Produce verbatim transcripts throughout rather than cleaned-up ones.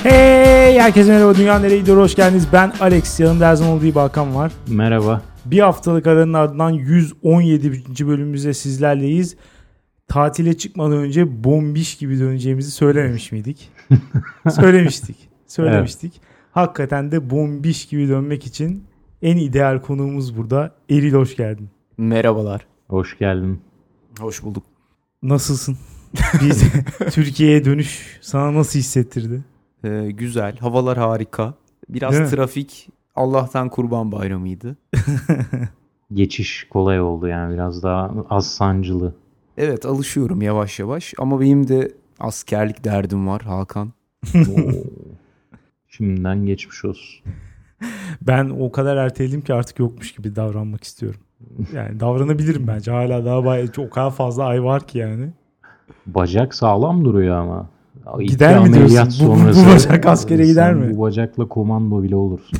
Hey herkese merhaba, Dünya Nereye Gidiyor, hoş geldiniz. Ben Alex, yanımda her zaman olduğu gibi Hakan var. Merhaba. Bir haftalık aranın ardından yüz on yedinci bölümümüzde sizlerleyiz. Tatile çıkmadan önce bombiş gibi döneceğimizi söylememiş miydik? Söylemiştik. Söylemiştik. Evet. Hakikaten de bombiş gibi dönmek için en ideal konuğumuz burada. Eril, hoş geldin. Merhabalar. Hoş geldin. Hoş bulduk. Nasılsın? Biz Türkiye'ye dönüş sana nasıl hissettirdi? Ee, güzel. Havalar harika. Biraz trafik. Allah'tan Kurban Bayramı'ydı. Geçiş kolay oldu yani, biraz daha az sancılı. Evet, alışıyorum yavaş yavaş. Ama benim de askerlik derdim var Hakan. Şimdiden geçmiş olsun. Ben o kadar erteledim ki artık yokmuş gibi davranmak istiyorum. Yani davranabilirim bence. Hala daha bayağı, o kadar fazla ay var ki yani. Bacak sağlam duruyor ama. Gider mi diyorsun? Bu, bu bacak askere gider mi? Bu bacakla komando bile olursun.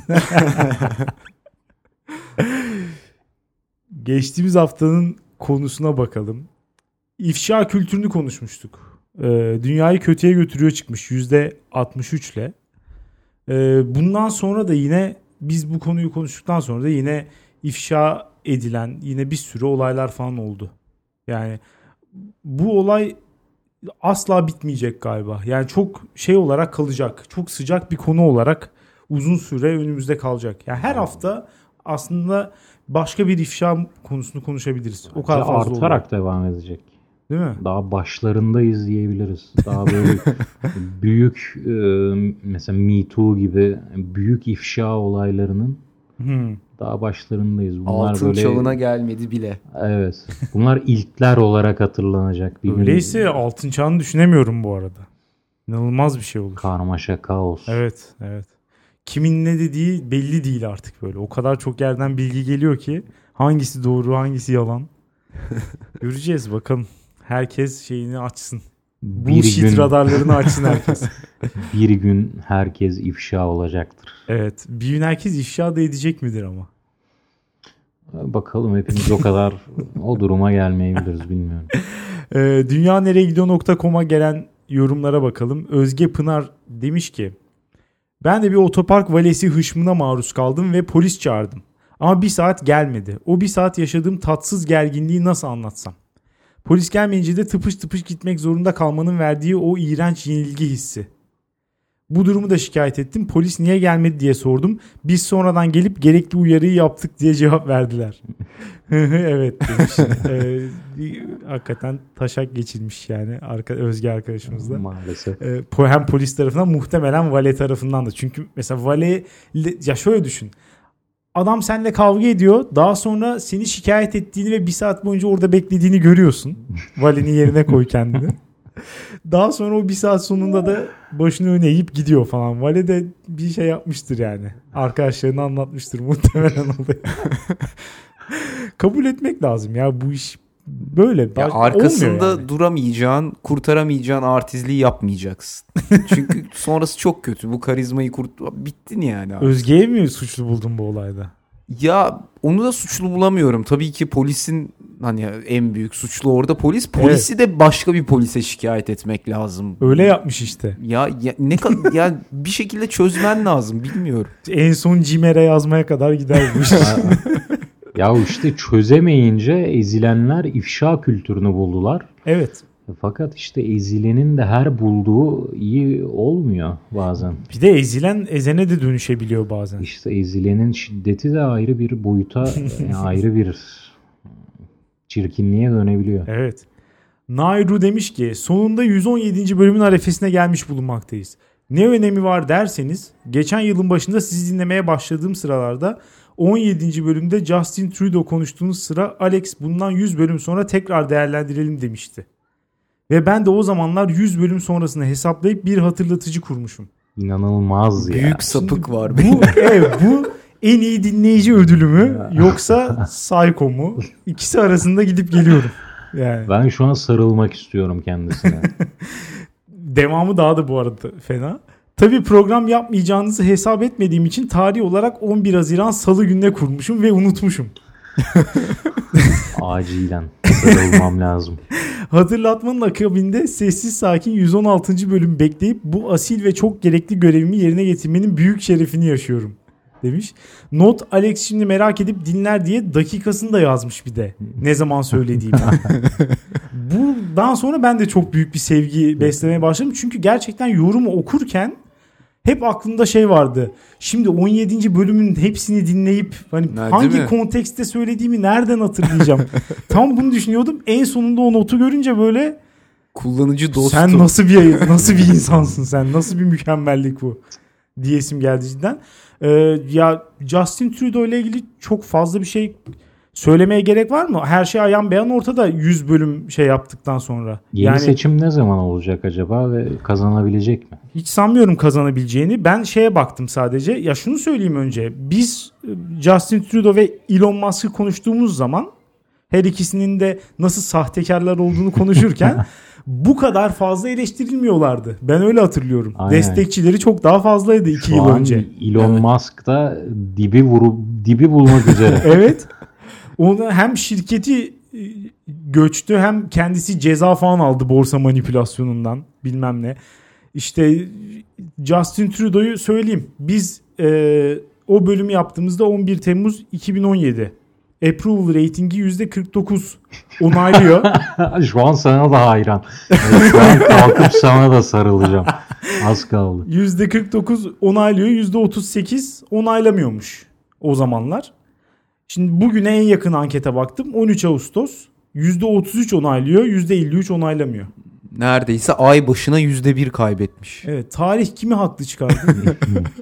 Geçtiğimiz haftanın konusuna bakalım. İfşa kültürünü konuşmuştuk. Ee, dünyayı kötüye götürüyor çıkmış yüzde altmış üç ile. Ee, bundan sonra da yine biz bu konuyu konuştuktan sonra da yine ifşa edilen yine bir sürü olaylar falan oldu. Yani bu olay asla bitmeyecek galiba. Yani çok şey olarak kalacak. Çok sıcak bir konu olarak uzun süre önümüzde kalacak. Yani her hafta aslında başka bir ifşa konusunu konuşabiliriz. O kadar fazla artarak olur. Devam edecek. Değil mi? Daha başlarındayız diyebiliriz. Daha böyle büyük e, mesela Me Too gibi büyük ifşa olaylarının hmm. daha başlarındayız. Bunlar altın böyle, çağına gelmedi bile. Evet. Bunlar ilkler olarak hatırlanacak. Bir Öyleyse gün... altın çağını düşünemiyorum bu arada. İnanılmaz bir şey olur. Karmaşa, kaos. Evet, evet. Kimin ne dediği belli değil artık böyle. O kadar çok yerden bilgi geliyor ki hangisi doğru, hangisi yalan. Göreceğiz bakalım. Herkes şeyini açsın. Bir Bullshit gün... radarlarını açsın herkes. Bir gün herkes ifşa olacaktır. Evet. Bir gün herkes ifşa da edecek midir ama? Bakalım, hepimiz o kadar o duruma gelmeyebiliriz, bilmiyorum. Ee, dünya nereye gidiyor nokta com'a gelen yorumlara bakalım. Özge Pınar demiş ki, ben de bir otopark valesi hışmına maruz kaldım ve polis çağırdım. Ama bir saat gelmedi. O bir saat yaşadığım tatsız gerginliği nasıl anlatsam? Polis gelmeyince de tıpış tıpış gitmek zorunda kalmanın verdiği o iğrenç yenilgi hissi. Bu durumu da şikayet ettim. Polis niye gelmedi diye sordum. Biz sonradan gelip gerekli uyarıyı yaptık diye cevap verdiler. Evet demiş. ee, hakikaten taşak geçilmiş yani Arka, Özge arkadaşımızla. Maalesef. Ee, hem polis tarafından, muhtemelen vale tarafından da. Çünkü mesela vale, ya şöyle düşün. Adam seninle kavga ediyor. Daha sonra seni şikayet ettiğini ve bir saat boyunca orada beklediğini görüyorsun. Valenin yerine koy kendini. Daha sonra o bir saat sonunda da başını öne eğip gidiyor falan. Vale de bir şey yapmıştır yani. Arkadaşlarına anlatmıştır muhtemelen olayı. Kabul etmek lazım ya, bu iş böyle. Ya arkasında yani. Duramayacağın, kurtaramayacağın artistliği yapmayacaksın. Çünkü sonrası çok kötü. Bu karizmayı kurt bittin yani. Artık. Özge'yi mi suçlu buldun bu olayda? Ya onu da suçlu bulamıyorum. Tabii ki polisin hani en büyük suçlu orada polis. Polisi evet. de başka bir polise şikayet etmek lazım. Öyle yapmış işte. Ya, ya ne kadar ya bir şekilde çözmen lazım, bilmiyorum. En son Cimer'e yazmaya kadar gidermiş. Ya işte çözemeyince ezilenler ifşa kültürünü buldular. Evet. Fakat işte ezilenin de her bulduğu iyi olmuyor bazen. Bir de ezilen ezene de dönüşebiliyor bazen. İşte ezilenin şiddeti de ayrı bir boyuta, yani ayrı bir çirkinliğe dönebiliyor. Evet. Nairu demiş ki, sonunda yüz on yedinci bölümün arefesine gelmiş bulunmaktayız. Ne önemi var derseniz, geçen yılın başında sizi dinlemeye başladığım sıralarda on yedinci bölümde Justin Trudeau konuştuğunuz sıra Alex bundan yüz bölüm sonra tekrar değerlendirelim demişti. Ve ben de o zamanlar yüz bölüm sonrasını hesaplayıp bir hatırlatıcı kurmuşum. İnanılmaz ya. Büyük sapık var. Bu, evet, bu en iyi dinleyici ödülü mü yoksa Psycho mu? İkisi arasında gidip geliyorum. Yani. Ben şu an sarılmak istiyorum kendisine. Devamı daha da bu arada fena. Tabii program yapmayacağınızı hesap etmediğim için tarih olarak on bir Haziran Salı gününe kurmuşum ve unutmuşum. Acilen sarılmam lazım. Hatırlatmanın akabinde sessiz sakin yüz on altıncı bölümü bekleyip bu asil ve çok gerekli görevimi yerine getirmenin büyük şerefini yaşıyorum demiş. Not Alex şimdi merak edip dinler diye dakikasını da yazmış bir de. Ne zaman söylediğimi. Buradan sonra ben de çok büyük bir sevgi beslemeye başladım. Çünkü gerçekten yorumu okurken hep aklımda şey vardı. Şimdi on yedinci bölümün hepsini dinleyip hani Nerede hangi mi? kontekste söylediğimi nereden hatırlayacağım? Tam bunu düşünüyordum. En sonunda o notu görünce böyle Kullanıcı dostu. sen nasıl bir nasıl bir insansın sen? Nasıl bir mükemmellik bu? Diyesim geldi cidden. Ee, ya Justin Trudeau ile ilgili çok fazla bir şey söylemeye gerek var mı? Her şey ayan beyan ortada yüz bölüm şey yaptıktan sonra. Yeni yani, seçim ne zaman olacak acaba ve kazanabilecek mi? Hiç sanmıyorum kazanabileceğini. Ben şeye baktım sadece. Ya şunu söyleyeyim önce. Biz Justin Trudeau ve Elon Musk'ı konuştuğumuz zaman her ikisinin de nasıl sahtekarlar olduğunu konuşurken bu kadar fazla eleştirilmiyorlardı. Ben öyle hatırlıyorum. Aynen. Destekçileri çok daha fazlaydı iki Şu yıl an önce. Elon Evet. Musk da dibi vurup dibi bulmak üzere. Evet. Onu hem şirketi göçtü hem kendisi ceza falan aldı borsa manipülasyonundan bilmem ne. İşte Justin Trudeau'yu söyleyeyim. Biz e, o bölümü yaptığımızda on bir Temmuz iki bin on yedi. Approval ratingi yüzde kırk dokuz onaylıyor. Şu an sana da hayran. Yani şu an kalkıp sana da sarılacağım. Az kaldı. yüzde kırk dokuz onaylıyor. yüzde otuz sekiz onaylamıyormuş o zamanlar. Şimdi bugüne en yakın ankete baktım. on üç Ağustos. yüzde otuz üç onaylıyor. yüzde elli üç onaylamıyor. Neredeyse ay başına yüzde bir kaybetmiş. Evet. Tarih kimi haklı çıkardı?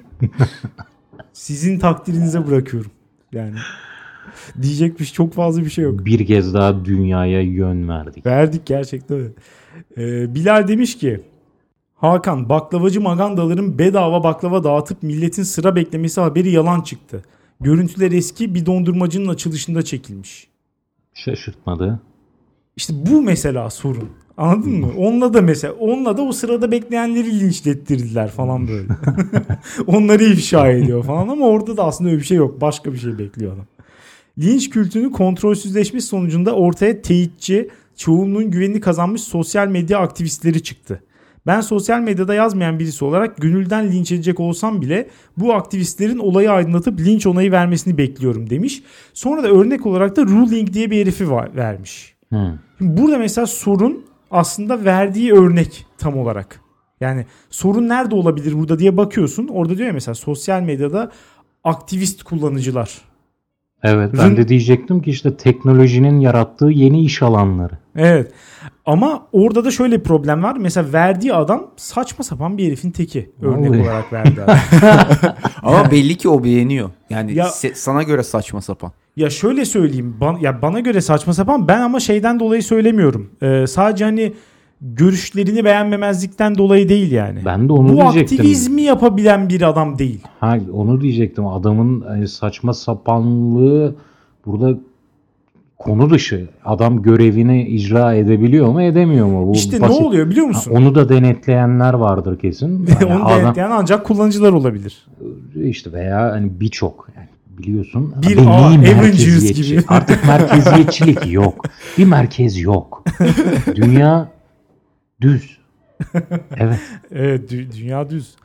Sizin takdirinize bırakıyorum. Yani diyecek bir çok fazla bir şey yok. Bir kez daha dünyaya yön verdik. Verdik gerçekten öyle. Ee, Bilal demiş ki Hakan baklavacı magandaların bedava baklava dağıtıp milletin sıra beklemesi haberi yalan çıktı. Görüntüler eski bir dondurmacının açılışında çekilmiş. Şaşırtmadı. İşte bu mesela sorun. Anladın mı? Onunla da mesela onunla da o sırada bekleyenleri linçlettirdiler falan böyle. Onları ifşa ediyor falan ama orada da aslında öyle bir şey yok. Başka bir şey bekliyor adam. Linç kültürünün kontrolsüzleşmesi sonucunda ortaya teyitçi, çoğunluğun güvenini kazanmış sosyal medya aktivistleri çıktı. Ben sosyal medyada yazmayan birisi olarak gönülden linç edecek olsam bile bu aktivistlerin olayı aydınlatıp linç onayı vermesini bekliyorum demiş. Sonra da örnek olarak da Ruling diye bir herifi var, vermiş. Hmm. Şimdi burada mesela sorun aslında verdiği örnek tam olarak. Yani sorun nerede olabilir burada diye bakıyorsun. Orada diyor ya mesela sosyal medyada aktivist kullanıcılar. Evet ben Rın- de diyecektim ki işte teknolojinin yarattığı yeni iş alanları. Evet. Ama orada da şöyle bir problem var. Mesela verdiği adam saçma sapan bir herifin teki. Örnek Vallahi. olarak verdi adam. Ama belli ki o beğeniyor. Yani Ya- se- sana göre saçma sapan. Ya şöyle söyleyeyim. Ban- ya bana göre saçma sapan. Ben ama şeyden dolayı söylemiyorum. Ee, sadece hani görüşlerini beğenmemezlikten dolayı değil yani. Ben de onu Bu diyecektim. aktivizmi yapabilen bir adam değil. Ha, onu diyecektim. Adamın hani saçma sapanlığı burada konu dışı. Adam görevini icra edebiliyor mu edemiyor mu? Bu İşte basit. ne oluyor biliyor Ha, musun? onu da denetleyenler vardır kesin. Yani Onu adam, denetleyen ancak kullanıcılar olabilir. işte veya hani birçok yani biliyorsun. Bir Abi A, niye Avengers merkeziyetçi? gibi. Artık merkeziyetçilik yok. Bir merkez yok. Dünya düz. Evet. Evet dü- dünya düz.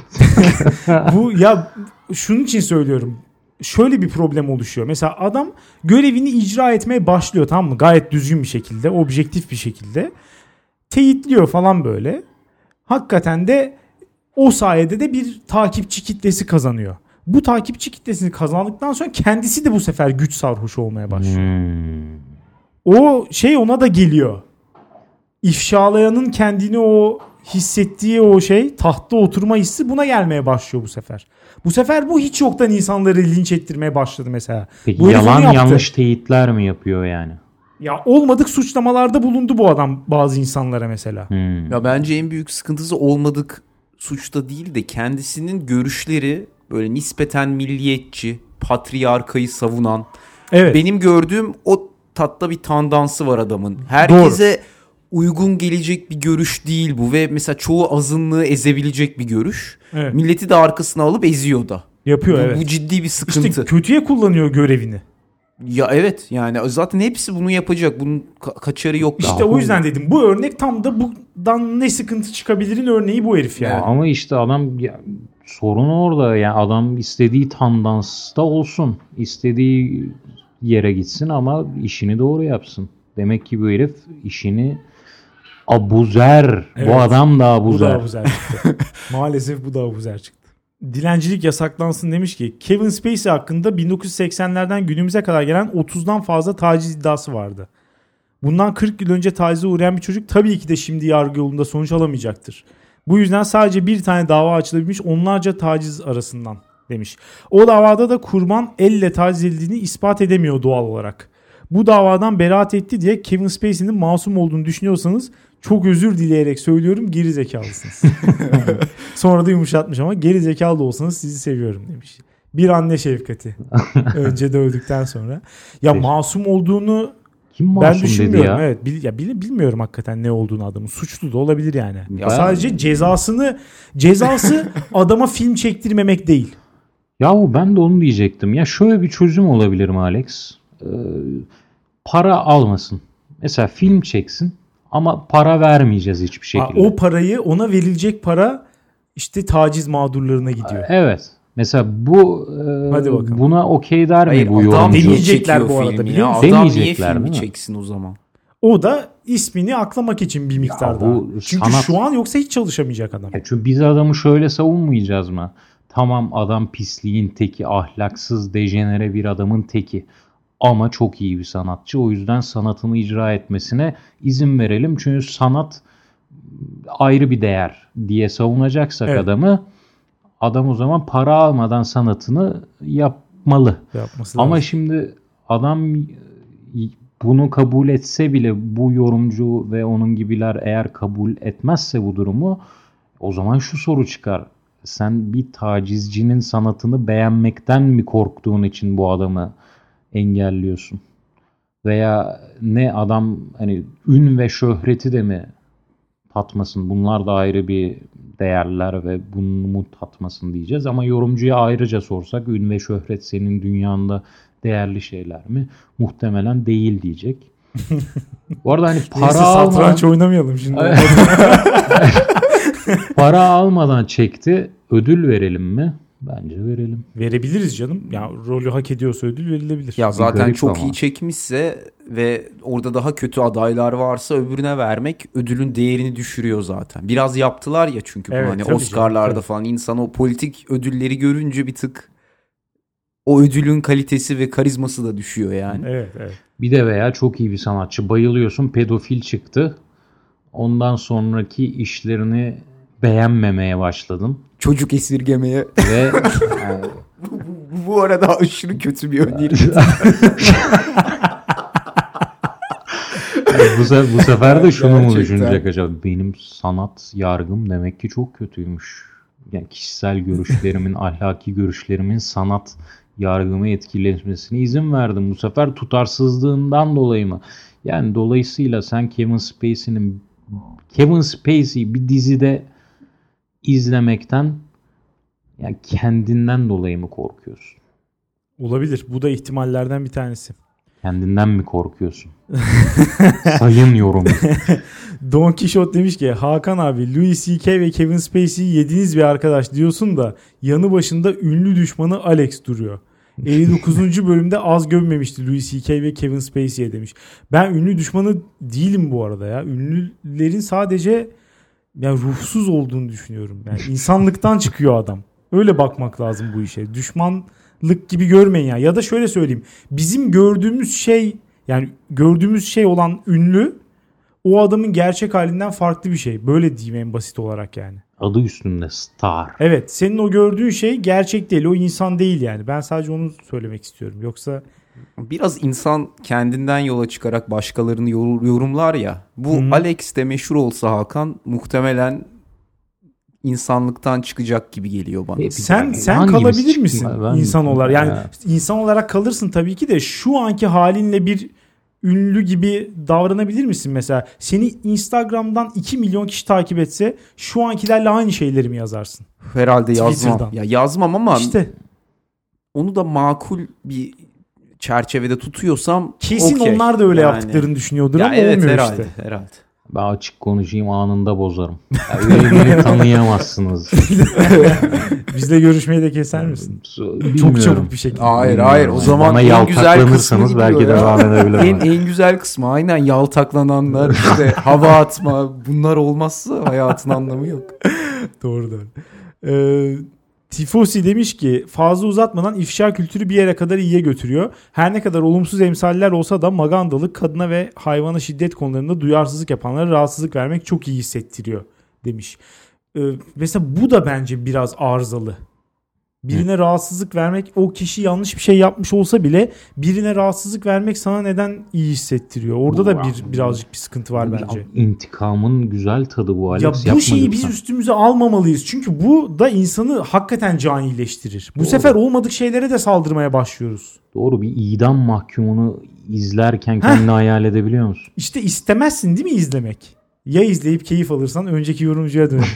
Bu ya şunun için söylüyorum. Şöyle bir problem oluşuyor. Mesela adam görevini icra etmeye başlıyor, tamam mı? Gayet düzgün bir şekilde, objektif bir şekilde. Teyitliyor falan böyle. Hakikaten de o sayede de bir takipçi kitlesi kazanıyor. Bu takipçi kitlesini kazandıktan sonra kendisi de bu sefer güç sarhoşu olmaya başlıyor. Hmm. O şey ona da geliyor. İfşalayanın kendini o hissettiği o şey, tahtta oturma hissi buna gelmeye başlıyor bu sefer. Bu sefer bu hiç yoktan insanları linç ettirmeye başladı mesela. Peki Bu herif onu yalan yaptı. yanlış teyitler mi yapıyor yani? Ya olmadık suçlamalarda bulundu bu adam bazı insanlara mesela. Hmm. Ya bence en büyük sıkıntısı olmadık suçta değil de kendisinin görüşleri böyle nispeten milliyetçi, patriarkayı savunan. Evet. Benim gördüğüm o tatta bir tandansı var adamın. Herkese uygun gelecek bir görüş değil bu ve mesela çoğu azınlığı ezebilecek bir görüş. Evet. Milleti de arkasına alıp eziyor da. Yapıyor Bu, evet. bu ciddi bir sıkıntı. İşte kötüye kullanıyor görevini. Ya evet yani zaten hepsi bunu yapacak. Bunun ka- kaçarı yok. İşte daha. o yüzden dedim. Bu örnek tam da bundan ne sıkıntı çıkabilirin örneği bu herif yani. Ya ama işte adam ya, sorun orada. Yani adam istediği tandansta olsun. İstediği yere gitsin ama işini doğru yapsın. Demek ki bu herif işini abuzer. Evet, bu adam da Bu abuzer. da abuzer çıktı. Maalesef bu da abuzer çıktı. Dilencilik yasaklansın demiş ki Kevin Spacey hakkında bin dokuz yüz seksenlerden günümüze kadar gelen otuzdan fazla taciz iddiası vardı. Bundan kırk yıl önce tacize uğrayan bir çocuk tabii ki de şimdi yargı yolunda sonuç alamayacaktır. Bu yüzden sadece bir tane dava açılabilmiş onlarca taciz arasından demiş. O davada da kurban elle taciz edildiğini ispat edemiyor doğal olarak. Bu davadan beraat etti diye Kevin Spacey'nin masum olduğunu düşünüyorsanız çok özür dileyerek söylüyorum geri zekalısınız. Sonra da yumuşatmış ama geri zekalı da olsanız sizi seviyorum demiş. Bir anne şefkati. Önce dövdükten sonra. Ya Peki. masum olduğunu Kim masum ben dedi düşünmüyorum. ya? Evet, bil, ya bil, bilmiyorum hakikaten ne olduğunu adamın. Suçlu da olabilir yani. Ya Sadece cezasını cezası adama film çektirmemek değil. Yahu ben de onu diyecektim. Ya şöyle bir çözüm olabilir mi Alex? Ee, para almasın. Mesela film çeksin ama para vermeyeceğiz hiçbir şekilde. Ha, o parayı ona verilecek para işte taciz mağdurlarına gidiyor. Evet. Mesela bu e, Hadi bakalım. buna okey der mi Hayır, bu adam yorumcu? niye Deneyecekler çekiyor bu arada, filmi biliyor ya? musun? Adam niye Deneyecekler, filmi değil mi? çeksin o zaman? O da ismini aklamak için bir miktar Ya daha. bu Çünkü sanat- şu an yoksa hiç çalışamayacak adam. Ya çünkü biz adamı şöyle savunmayacağız mı? Tamam adam pisliğin teki, ahlaksız, dejenere bir adamın teki. Ama çok iyi bir sanatçı. O yüzden sanatını icra etmesine izin verelim. Çünkü sanat ayrı bir değer diye savunacaksak Evet. adamı, adam o zaman para almadan sanatını yapmalı. Yapması Ama lazım. şimdi adam bunu kabul etse bile bu yorumcu ve onun gibiler eğer kabul etmezse bu durumu, o zaman şu soru çıkar. Sen bir tacizcinin sanatını beğenmekten mi korktuğun için bu adamı engelliyorsun? Veya ne adam hani ün ve şöhreti de mi tatmasın? Bunlar da ayrı bir değerler ve bunu mu tatmasın diyeceğiz. Ama yorumcuya ayrıca sorsak ün ve şöhret senin dünyanda değerli şeyler mi? Muhtemelen değil diyecek. Bu arada hani para Neyse, almadan, satranç oynamayalım şimdi. para almadan çekti. Ödül verelim mi? Bence verelim. Verebiliriz canım. Ya rolü hak ediyorsa ödül verilebilir. Ya zaten garip çok ama. iyi çekmişse ve orada daha kötü adaylar varsa öbürüne vermek ödülün değerini düşürüyor zaten. Biraz yaptılar ya çünkü bunu Evet, hani tabii Oscar'larda canım, tabii. falan insan o politik ödülleri görünce bir tık o ödülün kalitesi ve karizması da düşüyor yani. Evet, evet. Bir de veya çok iyi bir sanatçı. Bayılıyorsun, pedofil çıktı. Ondan sonraki işlerini beğenmemeye başladın. Çocuk esirgemeye. Ve yani, Bu, bu arada aşırı kötü bir öneri. bu, se- bu sefer de şunu mu Gerçekten. düşünecek acaba? Benim sanat yargım demek ki çok kötüymüş. Yani kişisel görüşlerimin, ahlaki görüşlerimin sanat yargımı etkilemesine izin verdim. Bu sefer tutarsızlığından dolayı mı? Yani dolayısıyla sen Kevin Spacey'nin Kevin Spacey bir dizide izlemekten, yani kendinden dolayı mı korkuyorsun? Olabilir. Bu da ihtimallerden bir tanesi. Kendinden mi korkuyorsun? Sayın yorum. Don Quixote demiş ki Hakan abi Louis C K ve Kevin Spacey'i yediğiniz bir arkadaş diyorsun da yanı başında ünlü düşmanı Alex duruyor. elli dokuzuncu bölümde az gömmemişti Louis C K ve Kevin Spacey'e demiş. Ben ünlü düşmanı değilim bu arada ya. Ünlülerin sadece yani ruhsuz olduğunu düşünüyorum. Yani insanlıktan çıkıyor adam. Öyle bakmak lazım bu işe. Düşmanlık gibi görmeyin ya. Ya da şöyle söyleyeyim. Bizim gördüğümüz şey, yani gördüğümüz şey olan ünlü o adamın gerçek halinden farklı bir şey. Böyle diyeyim en basit olarak yani. Adı üstünde star. Evet, senin o gördüğün şey gerçek değil. O insan değil yani. Ben sadece onu söylemek istiyorum. Yoksa Biraz insan kendinden yola çıkarak başkalarını yor- yorumlar ya. Bu Hı-hı. Alex de meşhur olsa Hakan muhtemelen insanlıktan çıkacak gibi geliyor bana. Hep- sen Yani sen hangimiz kalabilir çıktı? misin Ben- insan olarak? Yani Ha. insan olarak kalırsın tabii ki de şu anki halinle bir ünlü gibi davranabilir misin mesela? Seni Instagram'dan iki milyon kişi takip etse şu ankilerle aynı şeyleri mi yazarsın? Herhalde yazmam. Twitter'dan. Ya yazmam ama İşte onu da makul bir çerçevede tutuyorsam kesin okay. onlar da öyle yani, yaptıklarını düşünüyordur ya ama evet, olmuyor herhalde, işte. Herhalde. Ben açık konuşayım, anında bozarım. Yani beni tanıyamazsınız. Bizle görüşmeyi de keser misin? Bilmiyorum. Çok çabuk bir şekilde. Hayır hayır o zaman bana en güzel kısmı yaltaklanırsanız belki gidiyor ya. devam edebilirim. En, en güzel kısmı aynen yaltaklananlar işte hava atma bunlar olmazsa hayatın anlamı yok. Doğru doğru. Ee, Tifosi demiş ki fazla uzatmadan ifşa kültürü bir yere kadar iyiye götürüyor. Her ne kadar olumsuz emsaller olsa da magandalık, kadına ve hayvana şiddet konularında duyarsızlık yapanlara rahatsızlık vermek çok iyi hissettiriyor demiş. Ee, mesela bu da bence biraz arızalı. Birine Hı. rahatsızlık vermek, o kişi yanlış bir şey yapmış olsa bile birine rahatsızlık vermek sana neden iyi hissettiriyor? Orada da bir birazcık bir sıkıntı var bence. İntikamın güzel tadı bu Alex. Ya bu Yapma şeyi lütfen. biz üstümüze almamalıyız. Çünkü bu da insanı hakikaten canileştirir. Bu Doğru. sefer olmadık şeylere de saldırmaya başlıyoruz. Doğru, bir idam mahkumunu izlerken kendini hayal edebiliyor musun? İşte istemezsin değil mi izlemek? Ya izleyip keyif alırsan önceki yorumcuya dön.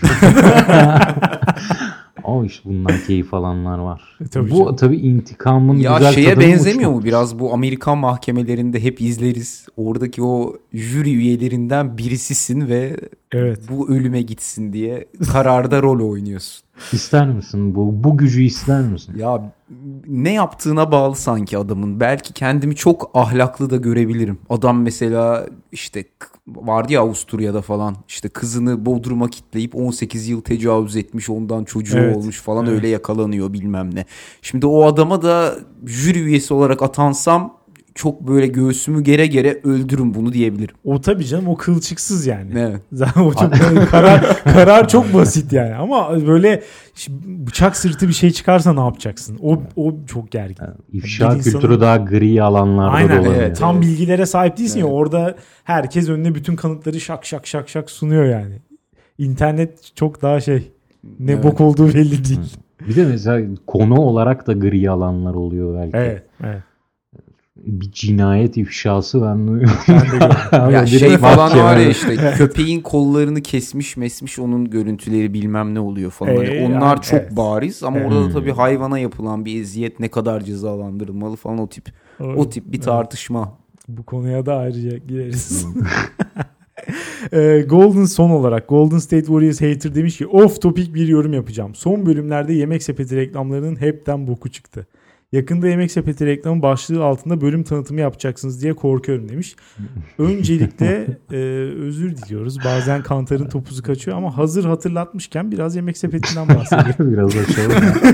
Ama işte bundan keyif alanlar var. E, tabii bu canım. tabii intikamın Ya güzel şeye tadını benzemiyor uçmak. mu biraz bu Amerikan mahkemelerinde hep izleriz. Oradaki o jüri üyelerinden birisisin ve Evet. bu ölüme gitsin diye kararda rol oynuyorsun. İster misin bu bu gücü ister misin? Ya ne yaptığına bağlı sanki adamın. Belki kendimi çok ahlaklı da görebilirim. Adam mesela işte vardı ya Avusturya'da falan işte kızını Bodrum'a kitleyip on sekiz yıl tecavüz etmiş, ondan çocuğu Evet. olmuş falan, Evet. öyle yakalanıyor bilmem ne. Şimdi o adama da jüri üyesi olarak atansam çok böyle göğsümü gere gere öldürün bunu diyebilirim. O tabii canım, o kılçıksız yani. Evet. Zaten o çok karar karar çok basit yani. Ama böyle bıçak sırtı bir şey çıkarsa ne yapacaksın? O o çok gergin. Yani ifşa Bir kültürü insanın- daha gri alanlarda Aynen, dolanıyor. evet. tam Evet. bilgilere sahip değilsin ya, Evet. orada herkes önüne bütün kanıtları şak şak şak şak sunuyor yani. İnternet çok daha şey, ne Evet. bok olduğu belli değil. Bir de mesela konu olarak da gri alanlar oluyor belki. Evet, evet. Bir cinayet ifşası ben duyuyorum. Ben de gördüm. Ama Ya direkt şey falan mahkeme. var ya işte köpeğin kollarını kesmiş mesmiş onun görüntüleri bilmem ne oluyor falan. Hani Ee, onlar yani, çok evet. bariz ama Evet. orada da tabii hayvana yapılan bir eziyet ne kadar cezalandırılmalı falan, o tip o tip bir tartışma. Bu konuya da ayrıca gireriz. Ee, Golden son olarak Golden State Warriors hater demiş ki off topic bir yorum yapacağım. Son bölümlerde Yemek Sepeti reklamlarının hepten boku çıktı. Yakında Yemek Sepeti reklamı başlığı altında bölüm tanıtımı yapacaksınız diye korkuyorum demiş. Öncelikle e, özür diliyoruz. Bazen Kantar'ın topuzu kaçıyor ama hazır hatırlatmışken biraz Yemek Sepeti'nden bahsedelim. Biraz açalım.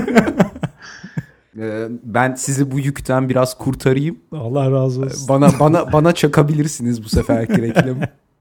Ee, ben sizi bu yükten biraz kurtarayım. Allah razı olsun. Bana bana bana çakabilirsiniz bu seferki reklamı.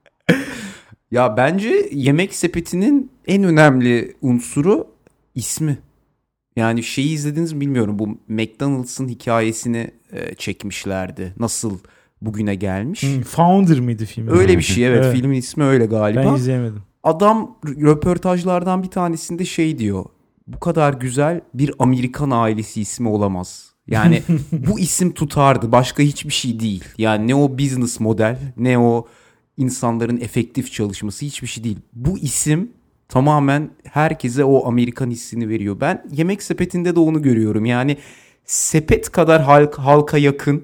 Ya bence Yemek Sepeti'nin en önemli unsuru ismi. Yani şeyi izlediniz mi bilmiyorum. Bu McDonald's'ın hikayesini e, çekmişlerdi. Nasıl bugüne gelmiş. Hmm, Founder mıydı film? Öyle bir şey evet. Evet. Filmin ismi öyle galiba. Ben izleyemedim. Adam röportajlardan bir tanesinde şey diyor. Bu kadar güzel bir Amerikan ailesi ismi olamaz. Yani bu isim tutardı. Başka hiçbir şey değil. Yani ne o business model, ne o insanların efektif çalışması, hiçbir şey değil. Bu isim tamamen herkese o Amerikan hissini veriyor. Ben Yemek Sepeti'nde de onu görüyorum. Yani sepet kadar halk, halka yakın.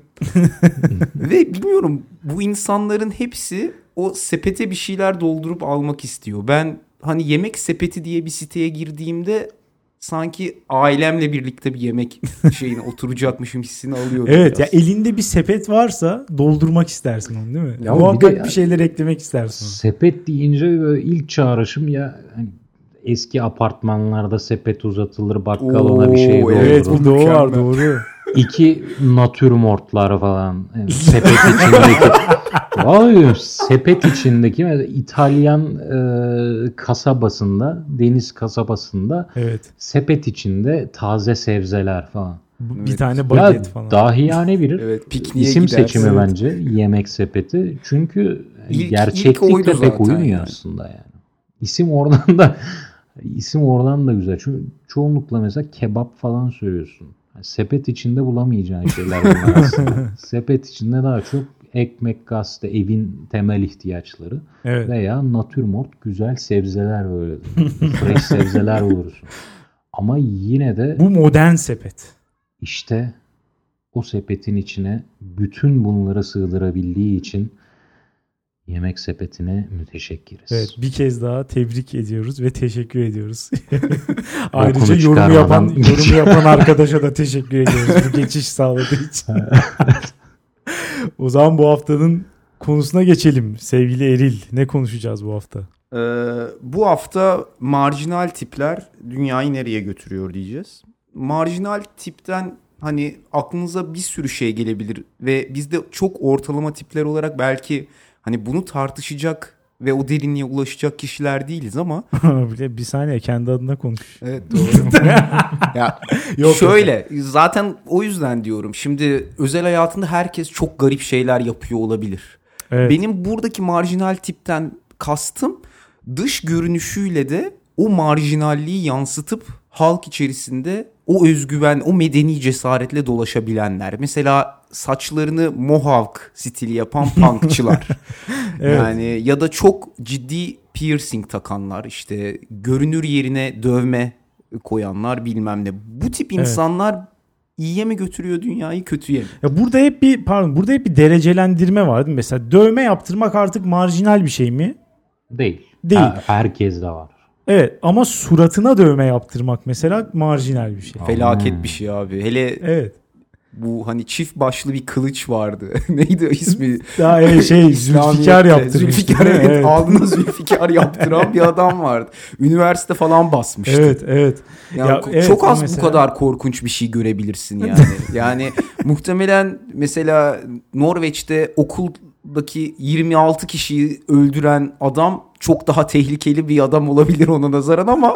Ve bilmiyorum, bu insanların hepsi o sepete bir şeyler doldurup almak istiyor. Ben hani Yemek Sepeti diye bir siteye girdiğimde sanki ailemle birlikte bir yemek şeyine oturacakmışım hissini alıyorum. Evet biraz. ya, elinde bir sepet varsa doldurmak istersin onu, değil mi? Ya Muhakkak bir bir, de ya- şeyler eklemek istersin. Sepet deyince böyle ilk çağrışım ya hani eski apartmanlarda sepet uzatılır, bakkal ona bir şey Oo, doldurur. Evet, bir de o var, Mükemmel. doğru. İki natürmortlar falan. Yani sepet içindeki. Vallahi sepet içindeki mesela İtalyan e, kasabasında, deniz kasabasında Evet. sepet içinde taze sebzeler falan. Bu- Bir Evet. tane Ya baget falan. dahiyane bir Evet, pikniğe isim gidersin. seçimi Evet. bence Yemek Sepeti. Çünkü İlk- ilk gerçeklikle oydu pek zaten uymuyor yani. aslında yani. İsim oradan da isim oradan da güzel. Çünkü çoğunlukla mesela kebap falan söylüyorsun. Yani sepet içinde bulamayacağın şeyler bunlar aslında. Sepet içinde daha çok ekmek, gazete, evin temel ihtiyaçları Evet. veya natürmort güzel sebzeler böyle. Fresh sebzeler bulursun. Ama yine de Bu modern sepet. işte o sepetin içine bütün bunları sığdırabildiği için Yemek Sepeti'ne müteşekkiriz. Evet, bir kez daha tebrik ediyoruz ve teşekkür ediyoruz. Ayrıca Okunu yorumu yapan çıkarmadan- yorumu yapan arkadaşa da teşekkür ediyoruz bu geçiş sağladığı için. O zaman bu haftanın konusuna geçelim. Sevgili Eril, ne konuşacağız bu hafta? Ee, bu hafta marjinal tipler dünyayı nereye götürüyor diyeceğiz. Marjinal tipten hani aklınıza bir sürü şey gelebilir ve biz de çok ortalama tipler olarak belki hani bunu tartışacak ve o derinliğe ulaşacak kişiler değiliz ama. Bir bir saniye, kendi adına konuş. Evet, doğru. Ya Yok, şöyle zaten o yüzden diyorum. Şimdi özel hayatında herkes çok garip şeyler yapıyor olabilir. Evet. Benim buradaki marjinal tipten kastım dış görünüşüyle de o marjinalliği yansıtıp halk içerisinde o özgüven, o medeni cesaretle dolaşabilenler. Mesela saçlarını mohawk stili yapan punkçılar. Evet. Yani ya da çok ciddi piercing takanlar, işte görünür yerine dövme koyanlar, bilmem ne. Bu tip insanlar iyiye mi götürüyor dünyayı, kötüye mi? Ya burada hep bir pardon, burada hep bir derecelendirme var değil mi? Mesela dövme yaptırmak artık marjinal bir şey mi? Değil. Değil. Ha, herkes de var. Evet, ama suratına dövme yaptırmak mesela marjinal bir şey. Felaket bir şey abi. Hele Evet. bu hani çift başlı bir kılıç vardı. Neydi o ismi? Daha e, şey Zülfikar yaptırmıştı. Zülfikar, değil mi? evet. Alnına Zülfikar yaptıran bir adam vardı. Üniversite falan basmıştı. Evet, evet. Yani Ya, ko- evet, çok az mesela- bu kadar korkunç bir şey görebilirsin yani. Yani muhtemelen mesela Norveç'te okuldaki yirmi altı kişiyi öldüren adam çok daha tehlikeli bir adam olabilir ona nazaran ama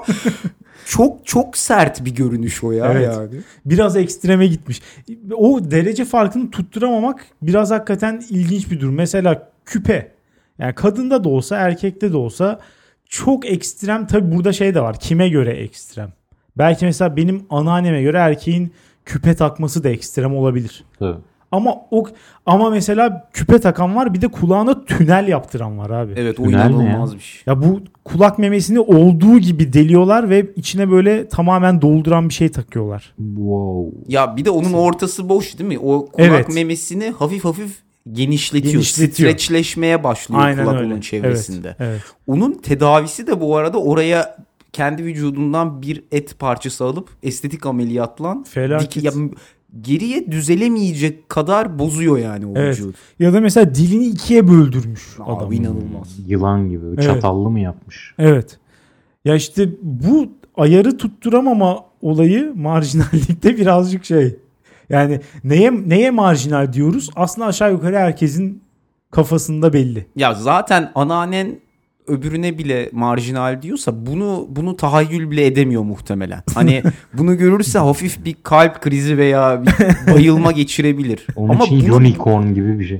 çok çok sert bir görünüş o ya Evet. yani. Biraz ekstreme gitmiş. O derece farkını tutturamamak biraz hakikaten ilginç bir durum. Mesela küpe. Yani kadında da olsa erkekte de olsa çok ekstrem. Tabii burada şey de var. Kime göre ekstrem? Belki mesela benim anneanneme göre erkeğin küpe takması da ekstrem olabilir. Tabii. Ama o ama mesela küpe takan var, bir de kulağına tünel yaptıran var abi. Evet, o Tünel ne inanılmaz ya? bir şey. Ya bu kulak memesini olduğu gibi deliyorlar ve içine böyle tamamen dolduran bir şey takıyorlar. Wow. Ya bir de onun ortası boş değil mi? O kulak Evet. memesini hafif hafif genişletiyor. Genişletiyor. Streçleşmeye başlıyor Aynen kulak öyle. onun çevresinde. Evet, evet. Onun tedavisi de bu arada oraya kendi vücudundan bir et parçası alıp estetik ameliyatla Felaket. dik- ya, geriye düzelemeyecek kadar bozuyor yani o Evet. vücudu. Ya da mesela dilini ikiye böldürmüş Abi adam. inanılmaz. Yılan gibi. Evet. Çatallı mı yapmış? Evet. Ya işte bu ayarı tutturamama olayı marjinallikte birazcık şey. Yani neye neye marjinal diyoruz? Aslında aşağı yukarı herkesin kafasında belli. Ya zaten anneannen öbürüne bile marjinal diyorsa bunu bunu tahayyül bile edemiyor muhtemelen. Hani bunu görürse hafif bir kalp krizi veya bir bayılma geçirebilir. Onun Ama için bunu- unicorn gibi bir şey.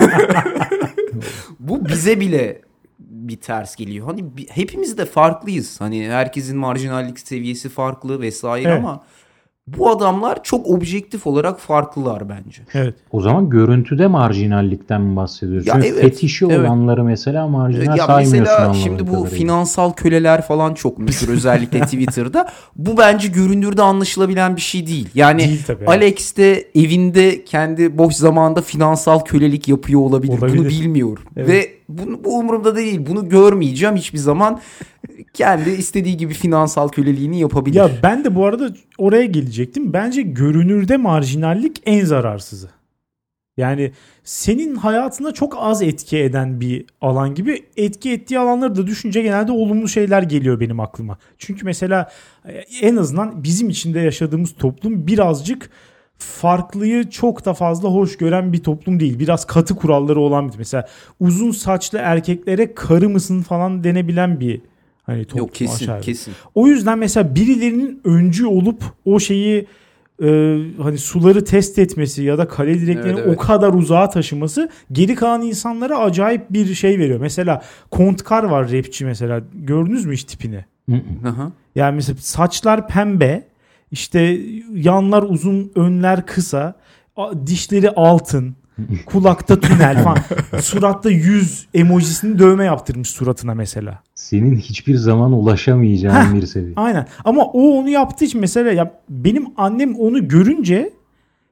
bu bize bile bir ters geliyor. Hani bi- hepimiz de farklıyız. Hani herkesin marjinallik seviyesi farklı vesaire Evet. ama bu adamlar çok objektif olarak farklılar bence. Evet. O zaman görüntüde marjinallikten mi bahsediyoruz? Ya Çünkü evet, fetişi evet. olanları mesela marjinal Ya saymıyorsun mesela anladığım şimdi bu kadarıyla. finansal köleler falan çok meşhur özellikle Twitter'da. Bu bence görünürde anlaşılabilen bir şey değil. Yani Değil tabii, evet. Alex de evinde kendi boş zamanında finansal kölelik yapıyor olabilir. Olabilir. Bunu bilmiyorum. Evet. Ve bu, bu umurumda değil. Bunu görmeyeceğim hiçbir zaman. Kendi istediği gibi finansal köleliğini yapabilir. Ya ben de bu arada oraya gelecektim. Bence görünürde marjinallik en zararsızı. Yani senin hayatına çok az etki eden bir alan gibi, etki ettiği alanları da düşünce genelde olumlu şeyler geliyor benim aklıma. Çünkü mesela en azından bizim içinde yaşadığımız toplum birazcık farklıyı çok da fazla hoş gören bir toplum değil. Biraz katı kuralları olan bir. Mesela uzun saçlı erkeklere karı mısın falan denebilen bir hani toplum. Yok kesin aşağı. kesin. O yüzden mesela birilerinin öncü olup o şeyi e, hani suları test etmesi ya da kale direklerini Evet, evet. o kadar uzağa taşıması geri kalan insanlara acayip bir şey veriyor. Mesela Kontkar var, rapçi mesela. Gördünüz mü hiç tipini? Hı hı. Aha. Yani mesela saçlar pembe, işte yanlar uzun, önler kısa, a- dişleri altın, kulakta tünel falan. Suratta yüz emojisini dövme yaptırmış suratına mesela. Senin hiçbir zaman ulaşamayacağın Heh, bir seviye. Aynen. Ama o onu yaptığı için mesela ya benim annem onu görünce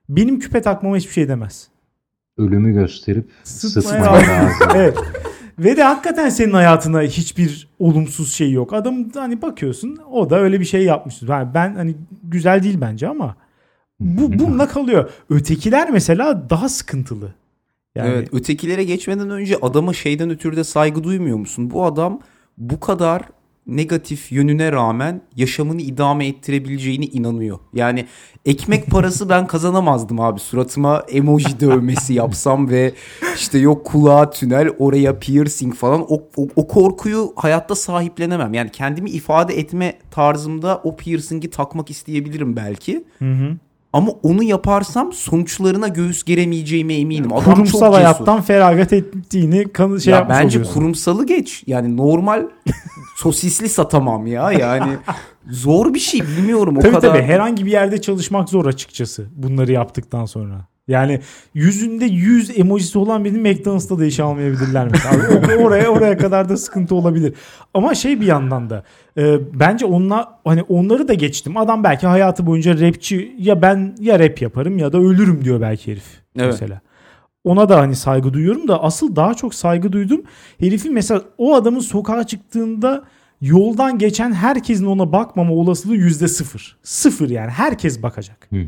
benim küpe takmama hiçbir şey demez. Ölümü gösterip Sıtmaya sıtmaya razı. razı. Evet. Ve de hakikaten senin hayatına hiçbir olumsuz şey yok. Adam hani bakıyorsun o da öyle bir şey yapmıştır. Yani ben hani güzel değil bence ama bu bununla kalıyor. Ötekiler mesela daha sıkıntılı. Yani Evet, ötekilere geçmeden önce adama şeyden ötürü de saygı duymuyor musun? Bu adam bu kadar negatif yönüne rağmen yaşamını idame ettirebileceğine inanıyor. Yani ekmek parası ben kazanamazdım abi. Suratıma emoji dövmesi yapsam ve işte yok kulağa tünel, oraya piercing falan. O, o, o korkuyu hayatta sahiplenemem. Yani kendimi ifade etme tarzımda o piercingi takmak isteyebilirim belki. Hı hı. Ama onu yaparsam sonuçlarına göğüs geremeyeceğime eminim. Adam kurumsal çok hayattan feragat ettiğini kanı şey ya yapmış bence oluyorsun. kurumsalı geç. Yani normal sosisli satamam ya. Yani zor bir şey, bilmiyorum o Tabii kadar. tabii herhangi bir yerde çalışmak zor açıkçası bunları yaptıktan sonra. Yani yüzünde yüz emojisi olan birini McDonald's'ta da işe almayabilirler mesela. O- oraya oraya kadar da sıkıntı olabilir. Ama şey bir yandan da e, bence onlar hani onları da geçtim. Adam belki hayatı boyunca rapçi ya ben ya rap yaparım ya da ölürüm diyor belki herif. Evet. Mesela. Ona da hani saygı duyuyorum da asıl daha çok saygı duydum. Herifin mesela o adamın sokağa çıktığında yoldan geçen herkesin ona bakmama olasılığı yüzde sıfır. Sıfır yani herkes bakacak. Hı hı.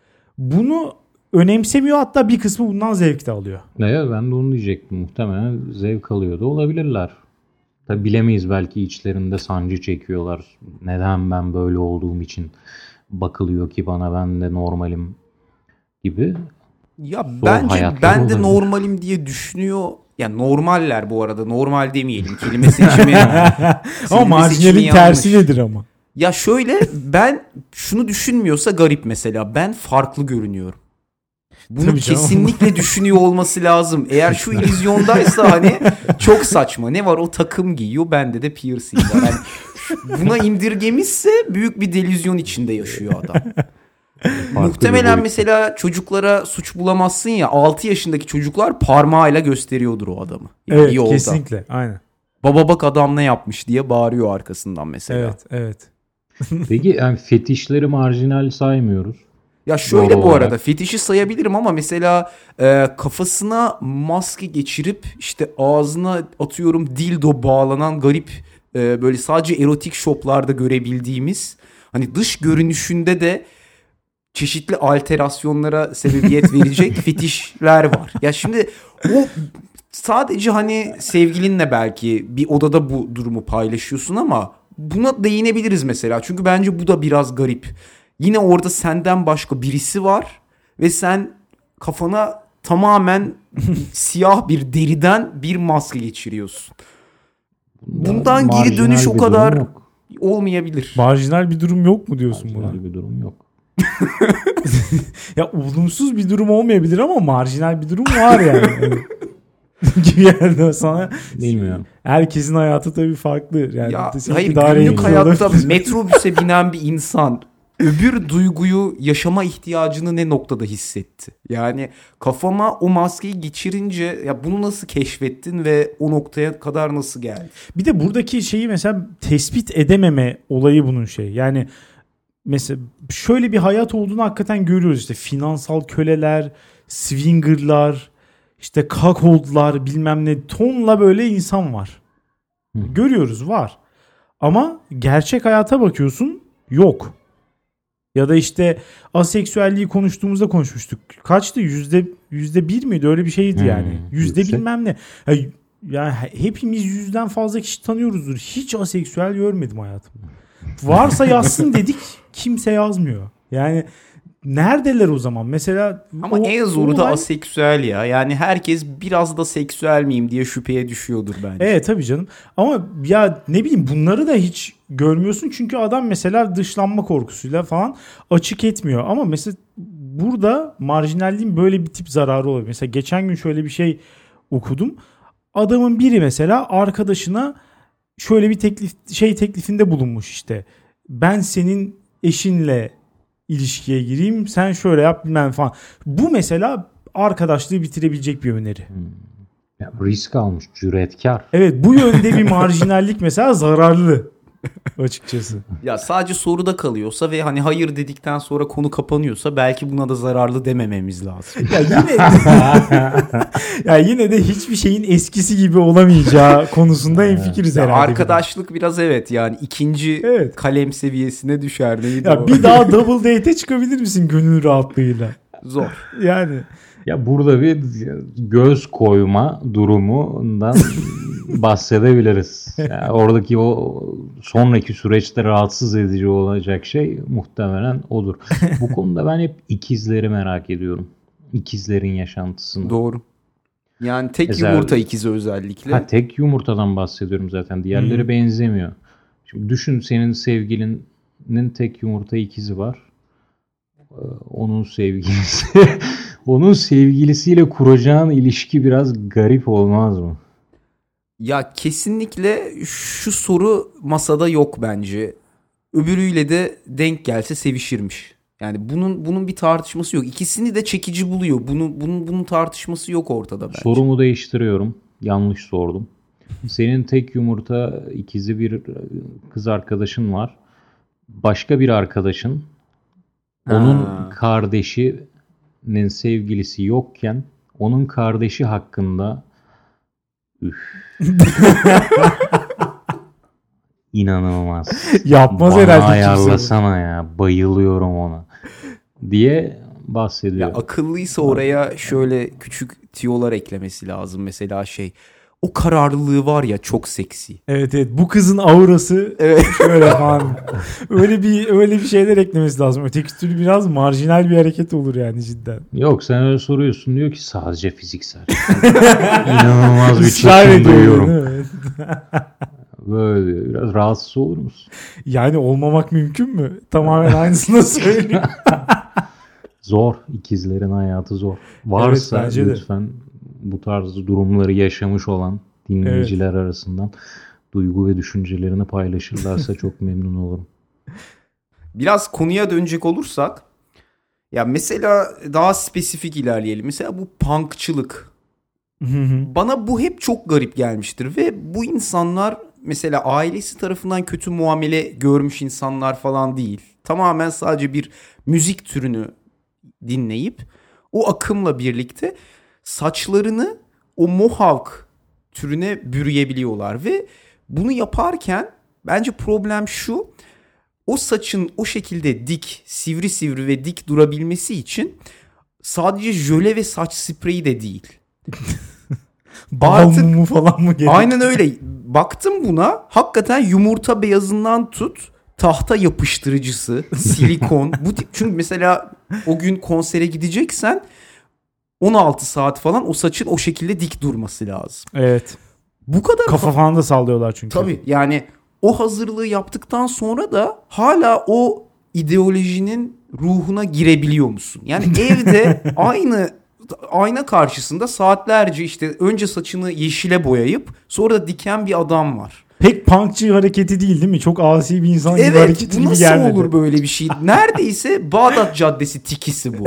Bunu önemsemiyor, hatta bir kısmı bundan zevk de alıyor. Evet, ben de onu diyecektim. Muhtemelen zevk alıyor da olabilirler. Tabi bilemeyiz, belki içlerinde sancı çekiyorlar. Neden ben böyle olduğum için bakılıyor ki bana, ben de normalim gibi. Ya Zor bence hayatları ben de olabilir. normalim diye düşünüyor. Yani normaller bu arada, normal demeyelim. Kelime seçimi. Ama seçimi marjinalin yanlış. tersi nedir ama? Ya şöyle, ben şunu düşünmüyorsa garip mesela. Ben farklı görünüyorum. Bunu Tabii canım. kesinlikle düşünüyor olması lazım. Eğer şu illüzyondaysa hani çok saçma. Ne var, o takım giyiyor, bende de piercing var. Yani buna indirgemişse büyük bir delüzyon içinde yaşıyor adam. Muhtemelen mesela çocuklara suç bulamazsın ya, altı yaşındaki çocuklar parmağıyla gösteriyordur o adamı. Yani Evet yolda. kesinlikle aynen. Baba bak adam ne yapmış diye bağırıyor arkasından mesela. Evet evet. Peki yani fetişleri marjinal saymıyoruz. Ya şöyle Doğru bu olarak. arada fetişi sayabilirim ama mesela e, kafasına maske geçirip işte ağzına atıyorum dildo bağlanan garip e, böyle sadece erotik shoplarda görebildiğimiz, hani dış görünüşünde de çeşitli alterasyonlara sebebiyet verecek fetişler var. Ya şimdi o sadece hani sevgilinle belki bir odada bu durumu paylaşıyorsun ama buna değinebiliriz mesela. Çünkü bence bu da biraz garip. Yine orada senden başka birisi var ve sen kafana tamamen siyah bir deriden bir maske geçiriyorsun. Bundan geri Marjinal dönüş o bir durum kadar yok. olmayabilir. Marjinal bir durum yok mu diyorsun buna? Marjinal bir durum yok. Ya olumsuz bir durum olmayabilir ama marjinal bir durum var yani. Yani gibi yerde sana Bilmiyorum. herkesin hayatı tabii farklı. Yani Ya seninki hayır, daha günlük renkli hayatta olabilir. metrobüse binen bir insan öbür duyguyu, yaşama ihtiyacını ne noktada hissetti? Yani kafama o maskeyi geçirince ya bunu nasıl keşfettin ve o noktaya kadar nasıl geldin? Bir de buradaki şeyi mesela tespit edememe olayı bunun şey. Yani mesela şöyle bir hayat olduğunu hakikaten görüyoruz. İşte finansal köleler, swingerlar, işte cuckoldlar, bilmem ne, tonla böyle insan var. Hı. Görüyoruz, var. Ama gerçek hayata bakıyorsun, yok. Ya da işte aseksüelliği konuştuğumuzda konuşmuştuk. Kaçtı? Yüzde, yüzde bir miydi? Öyle bir şeydi Hmm, yani. Yüzde yüksek. bilmem ne. Ya, yani hepimiz yüzden fazla kişi tanıyoruzdur. Hiç aseksüel görmedim hayatımda. Varsa yazsın dedik. Kimse yazmıyor. Yani neredeler o zaman? Mesela Ama o, en zoru da olay- aseksüel ya. Yani herkes biraz da seksüel miyim diye şüpheye düşüyordur bence. Evet tabii canım. Ama ya ne bileyim, bunları da hiç görmüyorsun. Çünkü adam mesela dışlanma korkusuyla falan açık etmiyor. Ama mesela burada marjinalliğin böyle bir tip zararı olabilir. Mesela geçen gün şöyle bir şey okudum. Adamın biri mesela arkadaşına şöyle bir teklif şey teklifinde bulunmuş işte. Ben senin eşinle ilişkiye gireyim, sen şöyle yap bilmem falan. Bu mesela arkadaşlığı bitirebilecek bir öneri. Ya risk almış, cüretkar. Evet, bu yönde bir marjinallik mesela zararlı. açıkçası. Ya sadece soruda kalıyorsa ve hani hayır dedikten sonra konu kapanıyorsa belki buna da zararlı demememiz lazım. Ya yine ya yine de hiçbir şeyin eskisi gibi olamayacağı konusunda hemfikiriz Ya herhalde. arkadaşlık biraz evet yani ikinci Evet. kalem seviyesine düşer. Neydi Ya o? bir daha double date'e çıkabilir misin gönül rahatlığıyla? Zor. Yani Ya burada bir göz koyma durumundan bahsedebiliriz. Yani oradaki o sonraki süreçte rahatsız edici olacak şey muhtemelen odur. Bu konuda ben hep ikizleri merak ediyorum. İkizlerin yaşantısını. Doğru. Yani tek Mesela- yumurta ikizi özellikle. Ha, tek yumurtadan bahsediyorum zaten. Diğerleri Hı-hı. benzemiyor. Şimdi düşün, senin sevgilinin tek yumurta ikizi var. Ee, Onun sevgilisi onun sevgilisiyle kuracağın ilişki biraz garip olmaz mı? Ya kesinlikle şu soru masada yok bence. Öbürüyle de denk gelse sevişirmiş. Yani bunun bunun bir tartışması yok. İkisini de çekici buluyor. Bunun bunun bunun tartışması yok ortada bence. Sorumu değiştiriyorum. Yanlış sordum. Senin tek yumurta ikizi bir kız arkadaşın var. Başka bir arkadaşın onun Ha. kardeşinin sevgilisi yokken onun kardeşi hakkında üf. İnanılmaz. yapmaz Bana herhalde kimse. ayarlasana ya. Bayılıyorum ona. Diye bahsediyor. Ya akıllıysa oraya şöyle küçük tiyolar eklemesi lazım. Mesela şey, o kararlılığı var ya, çok seksi. Evet evet, bu kızın aurası Evet. şöyle falan. Öyle bir öyle bir şeyler eklemesi lazım. Öteki türlü biraz marjinal bir hareket olur yani cidden. Yok, sen öyle soruyorsun, diyor ki sadece fiziksel. İnanılmaz bir Israr çekim ediyor, duyuyorum. evet. Böyle diyor. Biraz rahatsız olur musun? Yani olmamak mümkün mü? Tamamen aynısını söylüyor. Zor. İkizlerin hayatı zor. Varsa Evet, bence de. lütfen bu tarz durumları yaşamış olan dinleyiciler arasından duygu ve düşüncelerini paylaşırlarsa çok memnun olurum. Biraz konuya dönecek olursak, ya mesela daha spesifik ilerleyelim. Mesela bu punkçılık. Bana bu hep çok garip gelmiştir ve bu insanlar mesela ailesi tarafından kötü muamele görmüş insanlar falan değil. Tamamen sadece bir müzik türünü dinleyip o akımla birlikte saçlarını o mohawk türüne bürüyebiliyorlar ve bunu yaparken bence problem şu: o saçın o şekilde dik, sivri sivri ve dik durabilmesi için sadece jöle ve saç spreyi de değil. Bal Artık- mumu falan mı gerek? Aynen öyle. Baktım buna, hakikaten yumurta beyazından tut tahta yapıştırıcısı, silikon. Bu tip, çünkü mesela o gün konsere gideceksen on altı saat falan o saçın o şekilde dik durması lazım. Evet. Bu kadar Kafa falan da sallıyorlar çünkü. Tabii yani o hazırlığı yaptıktan sonra da hala o ideolojinin ruhuna girebiliyor musun? Yani evde aynı ayna karşısında saatlerce işte önce saçını yeşile boyayıp sonra da diken bir adam var. Pek punkçı hareketi değil değil mi? Çok asi bir insan gibi Evet, hareket bu gibi nasıl gelmedi. olur böyle bir şey? Neredeyse Bağdat Caddesi tikisi bu.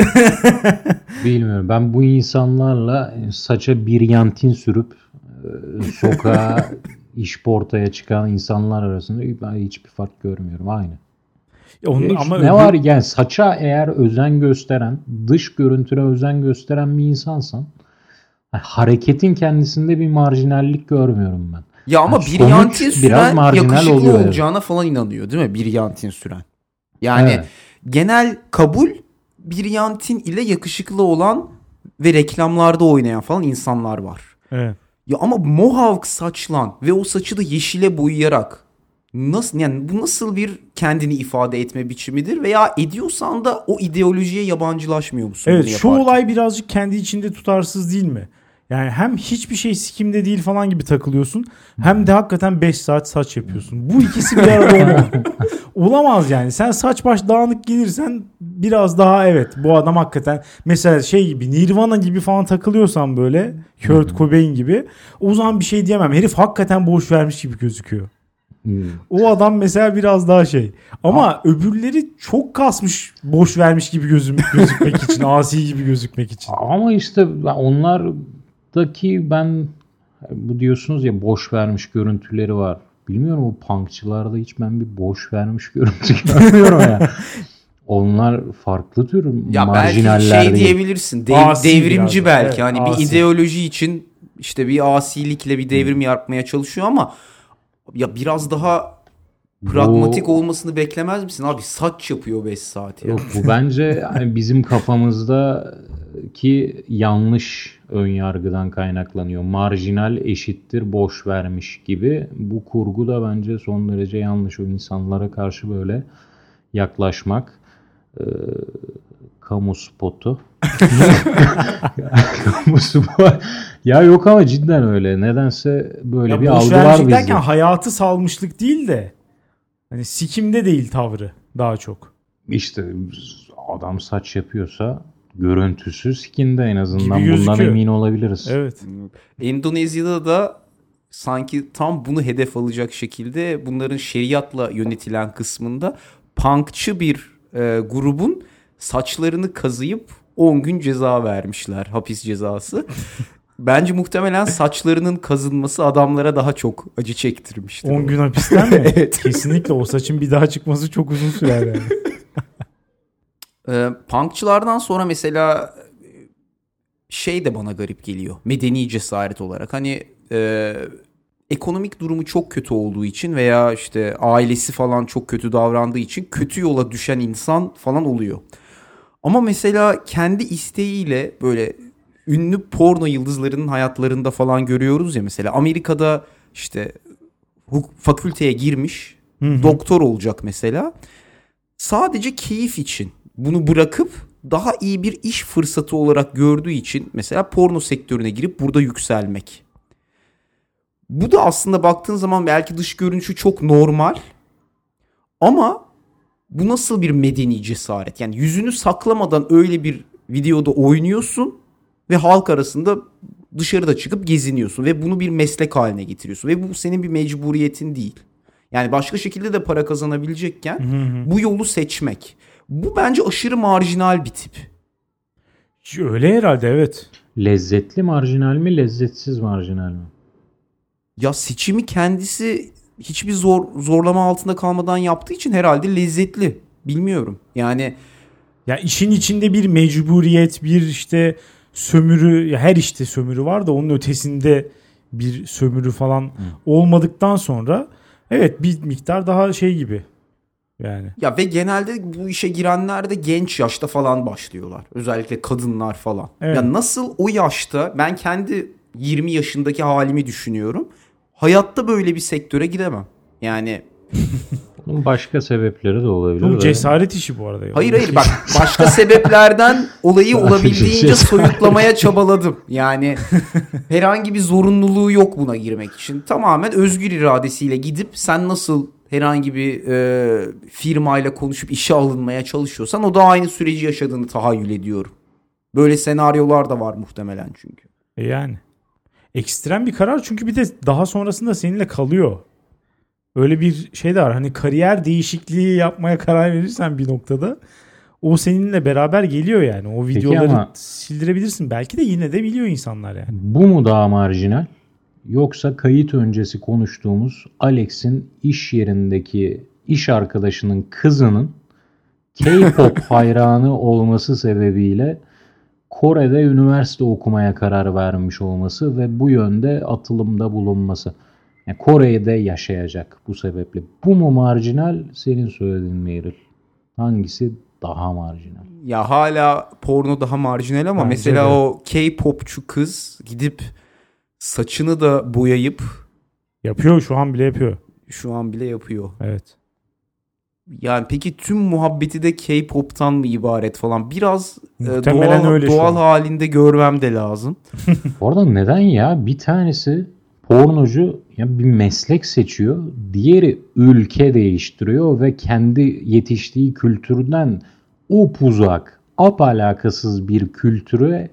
Bilmiyorum. Ben bu insanlarla saça biryantin sürüp e, sokağa işportaya çıkan insanlar arasında ben hiçbir fark görmüyorum. Aynı. Ya onun, E, ama ne öbür- var yani, saça eğer özen gösteren, dış görüntüne özen gösteren bir insansan hareketin kendisinde bir marjinallik görmüyorum ben. Ya ama Ha, bir sonuç yantin biraz süren marjinal yakışıklı oluyor, evet. olacağına falan inanıyor değil mi? Bir yantin süren. Yani Evet. genel kabul bir yantin ile yakışıklı olan ve reklamlarda oynayan falan insanlar var. Evet. Ya ama mohawk saçlan ve o saçı da yeşile boyayarak nasıl, yani bu nasıl bir kendini ifade etme biçimidir veya ediyorsan da o ideolojiye yabancılaşmıyor musun Evet, bunu şu yaparken? olay birazcık kendi içinde tutarsız değil mi? Yani hem hiçbir şey sikimde değil falan gibi takılıyorsun, hem de hakikaten beş saat saç yapıyorsun. Bu ikisi bir arada olmaz. Olamaz yani. Sen saç baş dağınık gelirsen biraz daha evet, bu adam hakikaten mesela şey gibi, Nirvana gibi falan takılıyorsan böyle Kurt Cobain gibi, o zaman bir şey diyemem. Herif hakikaten boş vermiş gibi gözüküyor. Hmm. O adam mesela biraz daha şey. Ama öbürleri çok kasmış, boş vermiş gibi gözüm, gözükmek için. Asi gibi gözükmek için. Ama işte onlardaki ben, bu diyorsunuz ya, boş vermiş görüntüleri var bilmiyorum, o punkçılarda hiç ben bir boş vermiş görüntü görmüyorum ya. Onlar farklı tür ya marjinaller belki şey değil. diyebilirsin. Dev, Asi devrimci biraz, belki. evet, hani asi. bir ideoloji için işte bir asilikle bir devrim yapmaya çalışıyor ama ya biraz daha pragmatik Bu- olmasını beklemez misin abi? Saç yapıyor beş saat ya. Yok, bu bence yani bizim kafamızdaki yanlış ön yargıdan kaynaklanıyor. Marjinal eşittir boş vermiş gibi. Bu kurgu da bence son derece yanlış. O insanlara karşı böyle yaklaşmak. Ee, kamu spotu. Kamu spotu. Ya yok ama cidden öyle. Nedense böyle Ya bir boş algı vermiş var bizde. derken hayatı salmışlık değil de hani sikimde değil tavrı daha çok. İşte adam saç yapıyorsa görüntüsü skinde, en azından Gibi bundan gözüküyor. emin olabiliriz. Evet. Endonezya'da da sanki tam bunu hedef alacak şekilde bunların şeriatla yönetilen kısmında punkçı bir e, grubun saçlarını kazıyıp on gün ceza vermişler, hapis cezası. Bence muhtemelen saçlarının kazınması adamlara daha çok acı çektirmiştir. on gün hapisten mi? Evet. Kesinlikle o saçın bir daha çıkması çok uzun sürer yani. E, punkçılardan sonra mesela şey de bana garip geliyor. Medeni cesaret olarak. Hani e, ekonomik durumu çok kötü olduğu için veya işte ailesi falan çok kötü davrandığı için kötü yola düşen insan falan oluyor. Ama mesela kendi isteğiyle böyle ünlü porno yıldızlarının hayatlarında falan görüyoruz ya, mesela Amerika'da işte hukuk fakülteye girmiş, Hı hı. doktor olacak mesela. Sadece keyif için bunu bırakıp daha iyi bir iş fırsatı olarak gördüğü için mesela porno sektörüne girip burada yükselmek. Bu da aslında baktığın zaman belki dış görünüşü çok normal ama bu nasıl bir medeni cesaret? Yani yüzünü saklamadan öyle bir videoda oynuyorsun ve halk arasında dışarıda çıkıp geziniyorsun ve bunu bir meslek haline getiriyorsun ve bu senin bir mecburiyetin değil. Yani başka şekilde de para kazanabilecekken Hı hı. bu yolu seçmek. Bu bence aşırı marjinal bir tip. Öyle herhalde, evet. Lezzetli marjinal mi, lezzetsiz marjinal mi? Ya seçimi kendisi hiçbir zor zorlama altında kalmadan yaptığı için herhalde lezzetli. Bilmiyorum. Yani Ya işin içinde bir mecburiyet, bir işte sömürü, ya her işte sömürü var da onun ötesinde bir sömürü falan Hı. olmadıktan sonra evet bir miktar daha şey gibi. Yani. Ya ve genelde bu işe girenler de genç yaşta falan başlıyorlar. Özellikle kadınlar falan. Evet. Ya nasıl o yaşta, ben kendi yirmi yaşındaki halimi düşünüyorum. Hayatta böyle bir sektöre gidemem. Yani bunun başka sebepleri de olabilir. Bu cesaret işi bu arada. Hayır hayır bak, başka sebeplerden olayı olabildiğince soyutlamaya çabaladım. Yani herhangi bir zorunluluğu yok buna girmek için. Tamamen özgür iradesiyle gidip sen nasıl herhangi bir e, firmayla konuşup işe alınmaya çalışıyorsan o da aynı süreci yaşadığını tahayyül ediyorum. Böyle senaryolar da var muhtemelen çünkü. E yani. Ekstrem bir karar çünkü bir de daha sonrasında seninle kalıyor. Öyle bir şey de var. Hani kariyer değişikliği yapmaya karar verirsen bir noktada o seninle beraber geliyor yani. O videoları ama sildirebilirsin. Belki de yine de biliyor insanlar yani. Bu mu daha marjinal? Yoksa kayıt öncesi konuştuğumuz Alex'in iş yerindeki iş arkadaşının kızının K-pop hayranı olması sebebiyle Kore'de üniversite okumaya karar vermiş olması ve bu yönde atılımda bulunması. Yani Kore'de yaşayacak bu sebeple. Bu mu marjinal, senin söylediğin Meryl? Hangisi daha marjinal? Ya hala porno daha marjinal ama bence mesela de. O K-popçu kız gidip saçını da boyayıp yapıyor, şu an bile yapıyor. Şu an bile yapıyor. Evet. Yani peki tüm muhabbeti de K-pop'tan mı ibaret falan? Biraz doğal, öyle doğal halinde görmem de lazım. Orada neden ya? Bir tanesi pornocu, ya bir meslek seçiyor. Diğeri ülke değiştiriyor ve kendi yetiştiği kültürden upuzak, apalakasız bir kültüre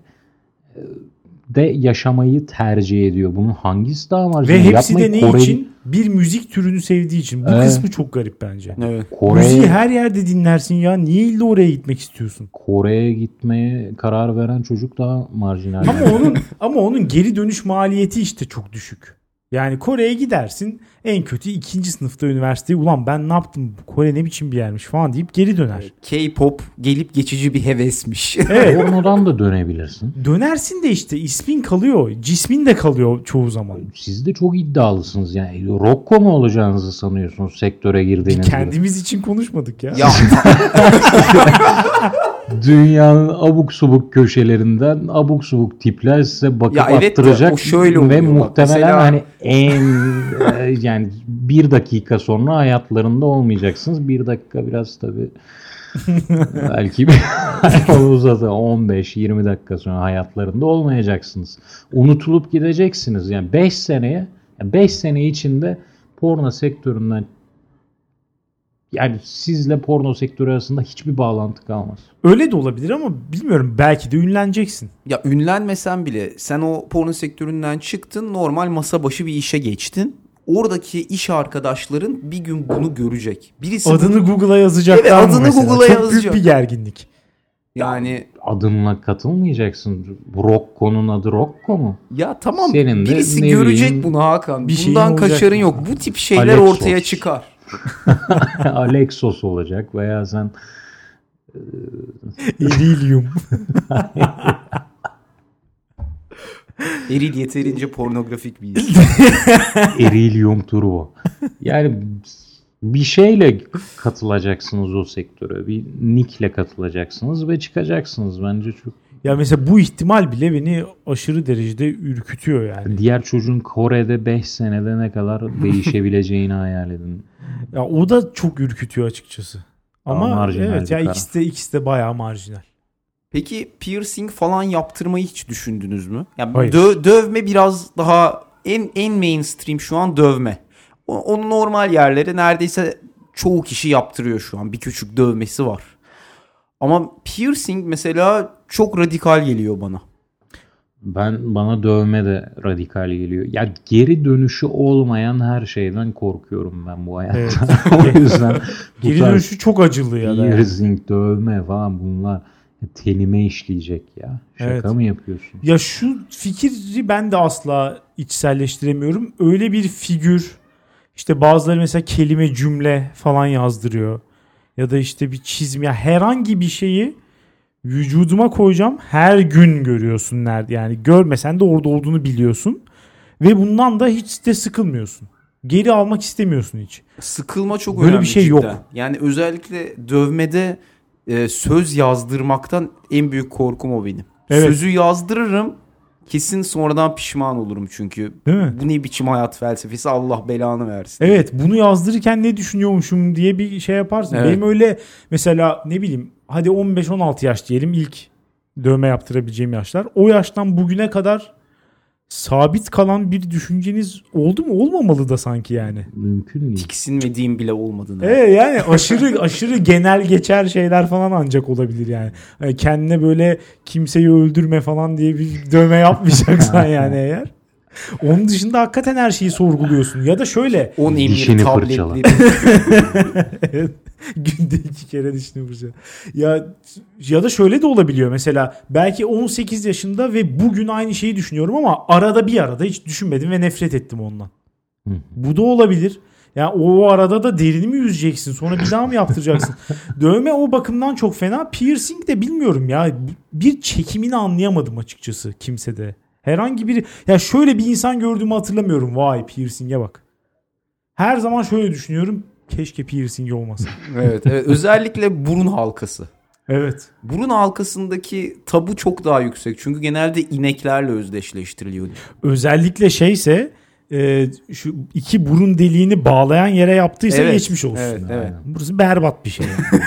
de yaşamayı tercih ediyor. Bunun hangisi daha marjinal? Ve hepsi Yapmayı de ne Kore... için? Bir müzik türünü sevdiği için. Bu evet. kısmı çok garip bence. Evet. Kore... Müziği her yerde dinlersin ya. Niye illa oraya gitmek istiyorsun? Kore'ye gitmeye karar veren çocuk daha marjinal. Ama onun ama onun geri dönüş maliyeti işte çok düşük. Yani Kore'ye gidersin, en kötü ikinci sınıfta üniversiteyi, ulan ben ne yaptım, Kore ne biçim bir yermiş falan deyip geri döner. K-pop gelip geçici bir hevesmiş. Evet. Pornodan da dönebilirsin. Dönersin de işte ismin kalıyor, cismin de kalıyor çoğu zaman. Siz de çok iddialısınız yani. Rocko mu olacağınızı sanıyorsunuz sektöre girdiğinizde? Kendimiz için konuşmadık ya. Ya Dünyanın abuk subuk köşelerinden abuk subuk tipler size bakıp Ya evet de attıracak o şöyle ve oluyor bak. muhtemelen Mesela- hani en e, yani bir dakika sonra hayatlarında olmayacaksınız. Bir dakika biraz tabii belki bir uzatın on beş yirmi dakika sonra hayatlarında olmayacaksınız. Unutulup gideceksiniz. Yani beş seneye beş sene içinde porno sektöründen, yani sizle porno sektörü arasında hiçbir bağlantı kalmaz. Öyle de olabilir ama bilmiyorum, belki de ünleneceksin. Ya ünlenmesen bile sen o porno sektöründen çıktın, normal masa başı bir işe geçtin. Oradaki iş arkadaşların bir gün bunu görecek. Birisi Adını bunu- Google'a yazacaklar Evet, mı adını mesela? Google'a Çok büyük yazacak. bir gerginlik. yani Adınla katılmayacaksın. Rocko'nun adı Rocko mu? ya tamam, Senin de birisi ne görecek bileyim, bunu Hakan. bir şeyin Bundan olacak kaçarın mı? yok. Bu tip şeyler Alexos. ortaya çıkar. Alexos olacak veya sen İrilyum. Eril yeterince pornografik bir isim. Erilium Turbo. Yani bir şeyle katılacaksınız o sektöre. Bir nickle katılacaksınız ve çıkacaksınız. Bence çok. Ya mesela bu ihtimal bile beni aşırı derecede ürkütüyor yani. Diğer çocuğun Kore'de beş senede ne kadar değişebileceğini hayal edin. Ya o da çok ürkütüyor açıkçası. Ama Daha marjinal evet bir ya taraf. ikisi de ikisi de bayağı marjinal. Peki piercing falan yaptırmayı hiç düşündünüz mü? Yani Hayır. dö- dövme biraz daha en en mainstream şu an dövme. O, onun normal yerleri neredeyse çoğu kişi yaptırıyor şu an. Bir küçük dövmesi var. Ama piercing mesela çok radikal geliyor bana. Ben bana dövme de radikal geliyor. Ya geri dönüşü olmayan her şeyden korkuyorum ben bu hayatta. Evet. O yüzden bu Geri tarz dönüşü çok acılı ya da. yani. piercing, dövme falan bunlar tenime işleyecek ya. Şaka Evet. mı yapıyorsun? Ya şu fikri ben de asla içselleştiremiyorum. Öyle bir figür, işte bazıları mesela kelime cümle falan yazdırıyor. Ya da işte bir çizim, ya herhangi bir şeyi vücuduma koyacağım, her gün görüyorsun nerede. Yani görmesen de orada olduğunu biliyorsun. Ve bundan da hiç de sıkılmıyorsun. Geri almak istemiyorsun hiç. Sıkılma çok Böyle önemli bir şey cidden. yok. Yani özellikle dövmede e, söz yazdırmaktan en büyük korkum o benim. Evet. Sözü yazdırırım, kesin sonradan pişman olurum çünkü. Değil mi? Bu ne biçim hayat felsefesi, Allah belanı versin. Evet, bunu yazdırırken ne düşünüyormuşum diye bir şey yaparsın. Evet. Benim öyle mesela ne bileyim, hadi on beş on altı yaş diyelim, ilk dövme yaptırabileceğim yaşlar. O yaştan bugüne kadar sabit kalan bir düşünceniz oldu mu? Olmamalı da sanki yani. Mümkün değil. Tiksinmediğim bile olmadı. Evet, yani aşırı aşırı genel geçer şeyler falan ancak olabilir yani. Yani kendine böyle kimseyi öldürme falan diye bir dövme yapmayacaksan yani eğer. Onun dışında hakikaten her şeyi sorguluyorsun. Ya da şöyle on Dişini emir fırçala. tabletleri. evet. Günde iki kere dişini fırça. Ya ya da şöyle de olabiliyor. Mesela belki on sekiz yaşında ve bugün aynı şeyi düşünüyorum ama arada bir arada hiç düşünmedim ve nefret ettim ondan. Hı. Bu da olabilir. Ya o arada da derini mi yüzeceksin? Sonra bir daha mı yaptıracaksın? Dövme o bakımdan çok fena. Piercing de bilmiyorum ya. Bir çekimini anlayamadım açıkçası kimsede. Herhangi bir, ya şöyle bir insan gördüğümü hatırlamıyorum. Vay piercing'e bak. Her zaman şöyle düşünüyorum. Keşke piercing olmasa. Evet, evet. Özellikle burun halkası. Evet. Burun halkasındaki tabu çok daha yüksek. Çünkü genelde ineklerle özdeşleştiriliyor. Özellikle şeyse e, şu iki burun deliğini bağlayan yere yaptıysa Evet, geçmiş olsun. evet, evet. Burası berbat bir şey.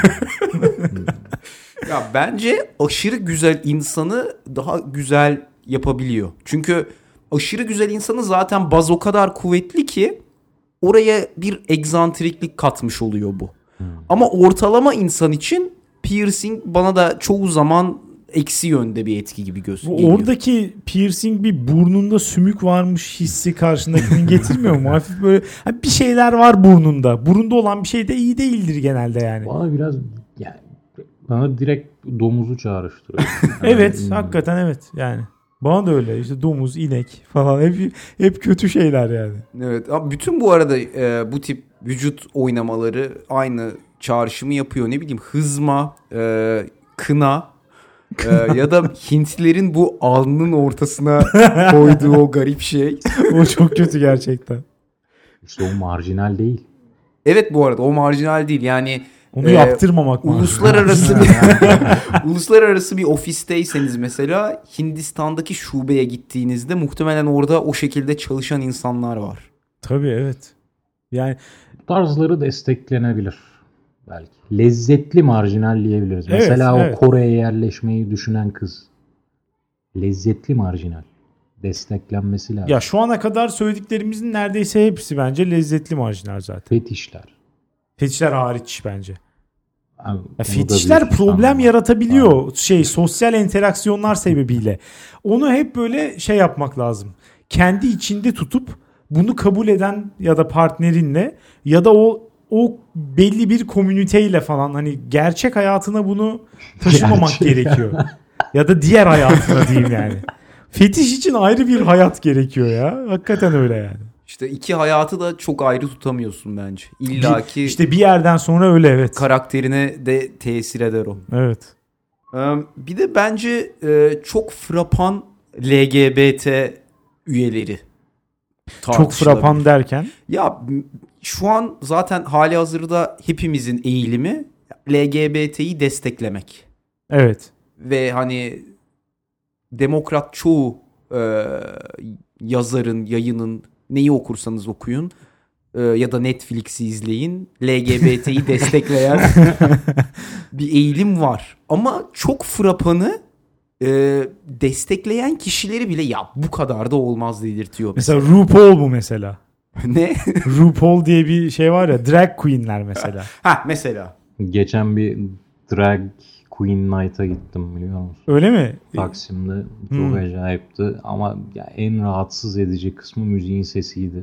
Ya bence aşırı güzel insanı daha güzel yapabiliyor. Çünkü aşırı güzel insanı zaten baz o kadar kuvvetli ki oraya bir egzantriklik katmış oluyor bu. Hmm. Ama ortalama insan için piercing bana da çoğu zaman eksi yönde bir etki gibi gösteriyor. Oradaki piercing bir burnunda sümük varmış hissi karşındakinin getirmiyor mu? Hafif böyle bir şeyler var burnunda. Burunda olan bir şey de iyi değildir genelde yani. Bana biraz yani bana direkt domuzu çağrıştırıyor. Evet, Hmm. hakikaten evet yani. Bana da öyle. İşte domuz, inek falan hep hep kötü şeyler yani. Evet. Abi bütün bu arada e, bu tip vücut oynamaları aynı çağrışımı yapıyor. Ne bileyim hızma, e, kına e, ya da Hintlilerin bu alnının ortasına koyduğu o garip şey. O çok kötü gerçekten. İşte o marjinal değil. Evet bu arada o marjinal değil. Yani onu e, yaptırmamak lazım. Uluslararası bir uluslararası bir ofisteyseniz mesela Hindistan'daki şubeye gittiğinizde muhtemelen orada o şekilde çalışan insanlar var. Tabii evet. Yani bu tarzları desteklenebilir belki. Lezzetli marjinal diyebiliriz. Evet, mesela evet. o Kore'ye yerleşmeyi düşünen kız. Lezzetli marjinal. Desteklenmesi lazım. ya şu ana kadar söylediklerimizin neredeyse hepsi bence lezzetli marjinal zaten. Fetişler. Fetişler hariç bence. Abi, Ya fetişler problem ama. yaratabiliyor. Abi. Şey sosyal interaksiyonlar sebebiyle. Onu hep böyle şey yapmak lazım. Kendi içinde tutup bunu kabul eden ya da partnerinle ya da o o belli bir komüniteyle falan hani gerçek hayatına bunu taşımamak Gerçek. gerekiyor. Ya da diğer hayatına diyeyim yani. Fetiş için ayrı bir hayat gerekiyor ya. Hakikaten öyle yani. İşte iki hayatı da çok ayrı tutamıyorsun bence. İlla ki İşte bir yerden sonra öyle evet. karakterine de tesir eder o. Evet. Ee, bir de bence e, çok frapan L G B T üyeleri. Çok frapan derken. Ya şu an zaten hali hazırda hepimizin eğilimi L G B T'yi desteklemek. Evet. Ve hani demokrat çoğu e, yazarın, yayının neyi okursanız okuyun e, ya da Netflix'i izleyin L G B T'yi destekleyen bir eğilim var. Ama çok frapanı e, destekleyen kişileri bile ya bu kadar da olmaz dedirtiyor. Mesela RuPaul mu mesela? Ne? RuPaul diye bir şey var ya, drag queenler mesela. Ha mesela. Geçen bir drag Queen Night'a gittim biliyor musun? Öyle mi? Taksim'de çok Hmm. acayipti ama ya en rahatsız edici kısmı müziğin sesiydi.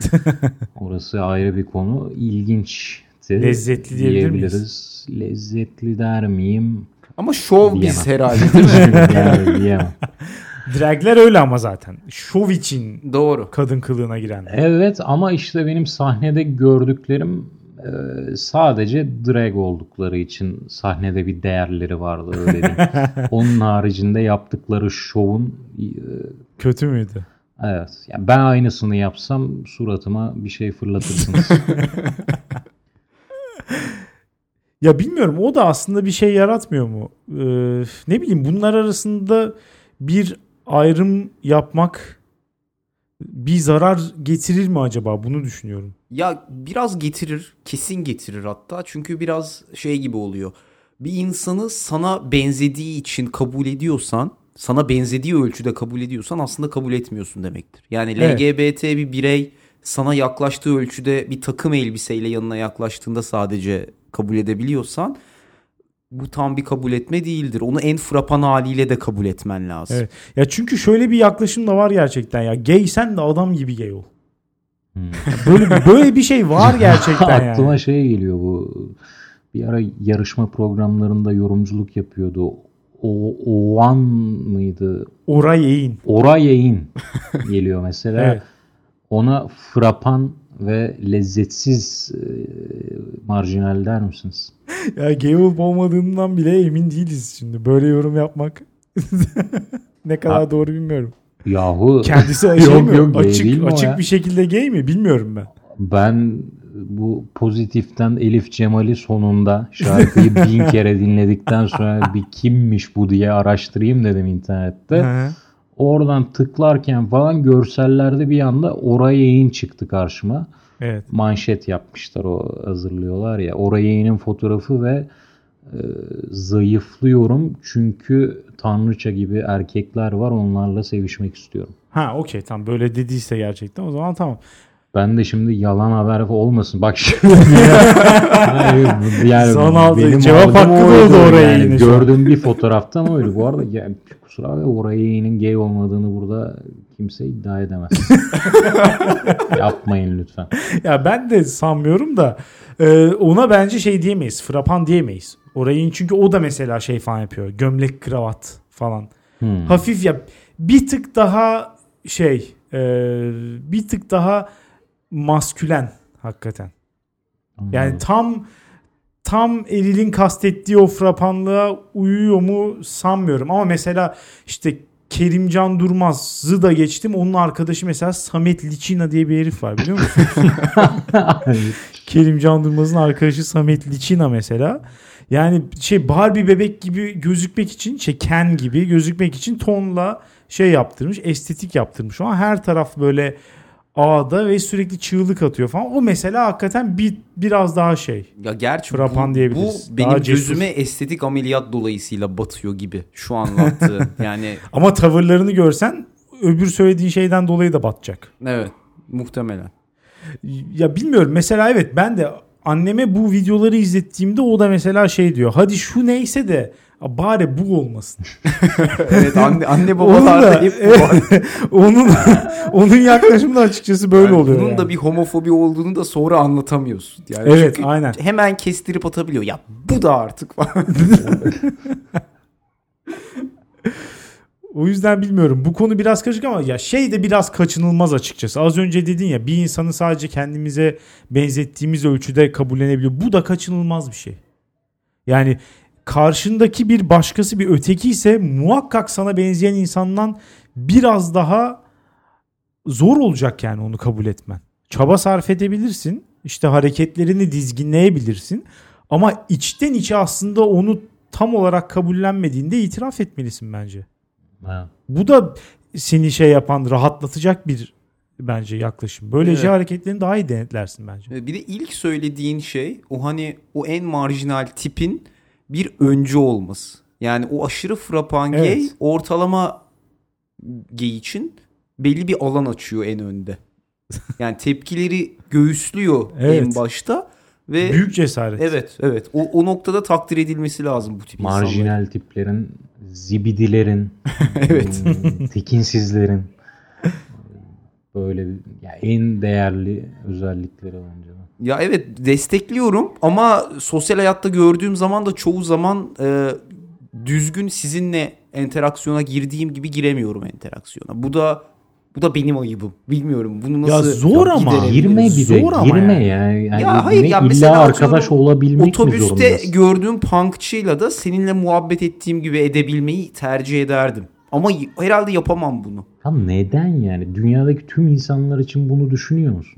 Orası ayrı bir konu. İlginçti. Lezzetli diyebilir miyiz? diyebiliriz. Lezzetli der miyim? Ama şov Diyemem. biz herhalde değil mi? Yani diyemem. Dragler öyle ama zaten. Şov için Doğru. kadın kılığına girenler. Evet ama işte benim sahnede gördüklerim e, sadece drag oldukları için sahnede bir değerleri vardı öyle diyeyim. Onun haricinde yaptıkları şovun e, Kötü müydü? evet. Yani ben aynısını yapsam suratıma bir şey fırlatırsınız. Ya bilmiyorum, o da aslında bir şey yaratmıyor mu? Ee, ne bileyim, bunlar arasında bir ayrım yapmak bir zarar getirir mi acaba? Bunu düşünüyorum. Ya biraz getirir. Kesin getirir hatta. Çünkü biraz şey gibi oluyor. Bir insanı sana benzediği için kabul ediyorsan, sana benzediği ölçüde kabul ediyorsan aslında kabul etmiyorsun demektir. Yani Evet. L G B T bir birey sana yaklaştığı ölçüde bir takım elbiseyle yanına yaklaştığında sadece kabul edebiliyorsan bu tam bir kabul etme değildir. Onu en frapan haliyle de kabul etmen lazım. Evet. Ya çünkü şöyle bir yaklaşım da var gerçekten ya. Gay sen de adam gibi gay ol. Hmm. Böyle böyle bir şey var gerçekten Aklıma yani. şey geliyor bu. Bir ara yarışma programlarında yorumculuk yapıyordu. O Oğan mıydı? Oray Eğin. Oray Yayın geliyor mesela. Evet. Ona frapan ve lezzetsiz e, marjinal der misiniz? Ya gay olup olmadığından bile emin değiliz şimdi. Böyle yorum yapmak ne kadar Ha. doğru bilmiyorum. Yahu Kendisi şey yok, mi? yok, gay değil açık mi o açık ya? bir şekilde gay mi? Bilmiyorum ben. ben bu pozitiften Elif Cemal'i sonunda şarkıyı bin kere dinledikten sonra bir kimmiş bu diye araştırayım dedim internette. Hı. Oradan tıklarken falan görsellerde bir anda Oray Yayın çıktı karşıma. Evet. Manşet yapmışlar, o hazırlıyorlar ya. Oray Yayın'ın fotoğrafı ve e, zayıflıyorum çünkü tanrıça gibi erkekler var, onlarla sevişmek istiyorum. Ha okey, tamam, böyle dediyse gerçekten o zaman tamam. Ben de şimdi yalan haber olmasın. Bak şimdi. Hayır, yani Sanal benim cevap algım hakkı oydu doğdu oraya yani. yine şu an. Gördüğüm bir fotoğraftan oydu. Bu arada yani, kusura bakma, oraya yayının gay olmadığını burada kimse iddia edemez. Yapmayın lütfen. Ya ben de sanmıyorum da e, ona bence şey diyemeyiz. Frapan diyemeyiz. Orayın çünkü o da mesela şey falan yapıyor. Gömlek kravat falan. Hmm. Hafif ya, bir tık daha şey e, bir tık daha maskülen hakikaten. Yani Anladım. tam tam Eril'in kastettiği o frapanlığa uyuyor mu sanmıyorum. Ama mesela işte Kerimcan Durmaz'ı da geçtim. Onun arkadaşı mesela Samet Liçina diye bir herif var, biliyor musun? Kerimcan Durmaz'ın arkadaşı Samet Liçina mesela. Yani şey Barbie bebek gibi gözükmek için, şey Ken gibi gözükmek için tonla şey yaptırmış, estetik yaptırmış. Ama her taraf böyle ağda ve sürekli çığlık atıyor falan. O mesela hakikaten bir biraz daha şey. Ya gerçi Frapan bu, diyebiliriz. bu benim Daha cesur. gözüme estetik ameliyat dolayısıyla batıyor gibi şu anlattığın. Yani Ama tavırlarını görsen öbür söylediğin şeyden dolayı da batacak. evet, muhtemelen. Ya bilmiyorum, mesela evet, ben de anneme bu videoları izlettiğimde o da mesela şey diyor. Hadi şu neyse de bari bu olmasın. Evet, anne anne Onun babalarda da, hep bu var. onun onun yaklaşımı da açıkçası böyle Yani oluyor. bunun yani. da bir homofobi olduğunu da sonra anlatamıyorsun. Yani Evet, çünkü aynen. hemen kestirip atabiliyor. Ya bu da artık falan. O yüzden bilmiyorum. Bu konu biraz karışık ama ya şey de biraz kaçınılmaz açıkçası. Az önce dedin ya, bir insanı sadece kendimize benzettiğimiz ölçüde kabullenebiliyor. Bu da kaçınılmaz bir şey. Yani karşındaki bir başkası, bir öteki ise muhakkak sana benzeyen insandan biraz daha zor olacak yani onu kabul etmen. Çaba sarf edebilirsin. İşte hareketlerini dizginleyebilirsin. Ama içten içe aslında onu tam olarak kabullenmediğinde itiraf etmelisin bence. Evet. Bu da seni şey yapan, rahatlatacak bir bence yaklaşım. Böylece Evet. hareketlerini daha iyi denetlersin bence. Bir de ilk söylediğin şey o hani o en marjinal tipin bir öncü olması. Yani o aşırı frapan Evet. gay ortalama gay için belli bir alan açıyor en önde. Yani tepkileri göğüslüyor Evet. en başta ve Büyük cesaret. evet evet o, o noktada takdir edilmesi lazım bu tip insanların. Marjinal tiplerin, zibidilerin, Evet. hmm, tekinsizlerin böyle ya en değerli özellikleri bence de. Ya evet, destekliyorum ama sosyal hayatta gördüğüm zaman da çoğu zaman e, düzgün sizinle interaksiyona girdiğim gibi giremiyorum interaksiyona. Bu da bu da benim ayıbım. Bilmiyorum bunu Ya nasıl zor ama. giderebilirim? Girme bir de Zor ama girme yani. ya. Yani Ya hayır ne ya, illa mesela arkadaş atıyorum, olabilmek mi otobüste zorundasın? gördüğüm punkçıyla da seninle muhabbet ettiğim gibi edebilmeyi tercih ederdim. Ama y- herhalde yapamam bunu. Ya neden yani? Dünyadaki tüm insanlar için bunu düşünüyor musun?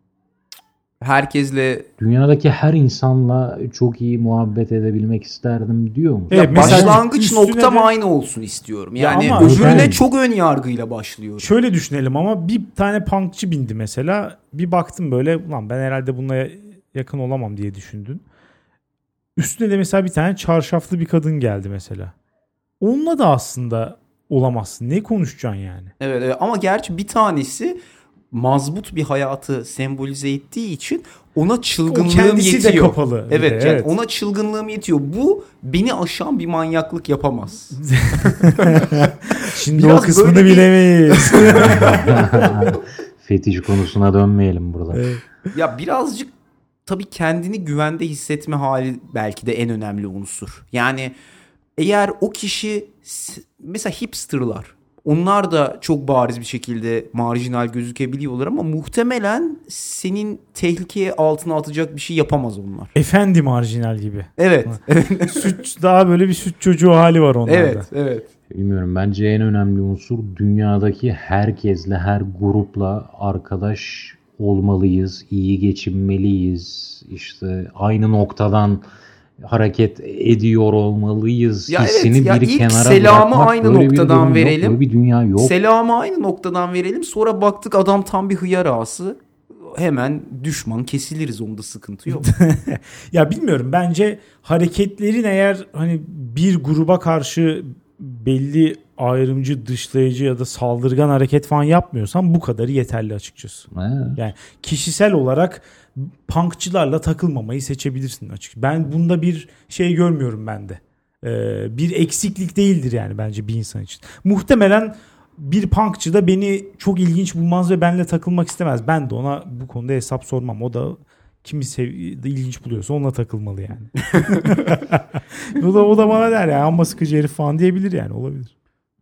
Herkesle Dünyadaki her insanla çok iyi muhabbet edebilmek isterdim diyor musun? Evet, ya mesela başlangıç üstüne noktam de- aynı olsun istiyorum. Ya Yani ama öbürüne ben- çok ön yargıyla başlıyorum. Şöyle düşünelim ama bir tane punkçı bindi mesela. Bir baktım böyle, ulan ben herhalde bununla yakın olamam diye düşündün. Üstüne de mesela bir tane çarşaflı bir kadın geldi mesela. Onunla da aslında olamazsın. Ne konuşacaksın yani? Evet, evet ama gerçi bir tanesi mazbut bir hayatı sembolize ettiği için ona çılgınlığım O kendisi de yetiyor. kapalı bir Evet, de, yani evet. ona çılgınlığım yetiyor. Bu beni aşan bir manyaklık yapamaz. Şimdi Biraz o kısmını böyle bir- bilemeyiz. Fetiş konusuna dönmeyelim burada. Evet. Ya birazcık tabii kendini güvende hissetme hali belki de en önemli unsur. Yani eğer o kişi s- mesela hipsterlar, onlar da çok bariz bir şekilde marjinal gözükebiliyorlar ama muhtemelen senin tehlikeye altına atacak bir şey yapamaz onlar. Efendi marjinal gibi. Evet. Süt, daha böyle bir süt çocuğu hali var onlarda. Evet, evet. Bilmiyorum. Bence en önemli unsur dünyadaki herkesle, her grupla arkadaş olmalıyız, iyi geçinmeliyiz. İşte aynı noktadan hareket ediyor olmalıyız. Ya hissini evet, ya bir ilk kenara selamı bırakmak, aynı böyle bir noktadan durum yok, verelim. böyle bir dünya yok. Selamı aynı noktadan verelim. Sonra baktık adam tam bir hıyar ağası. Hemen düşman kesiliriz, onda sıkıntı yok. Ya bilmiyorum, bence hareketlerin eğer hani bir gruba karşı belli ayrımcı, dışlayıcı ya da saldırgan hareket falan yapmıyorsan bu kadarı yeterli açıkçası. Evet. Yani kişisel olarak punkçılarla takılmamayı seçebilirsin açık. Ben bunda bir şey görmüyorum ben de. Ee, bir eksiklik değildir yani bence bir insan için. Muhtemelen bir punkçı da beni çok ilginç bulmaz ve benimle takılmak istemez. Ben de ona bu konuda hesap sormam. O da kimi sev- ilginç buluyorsa onunla takılmalı yani. o da o da bana der ya, amma sıkıcı herif falan diyebilir yani, olabilir.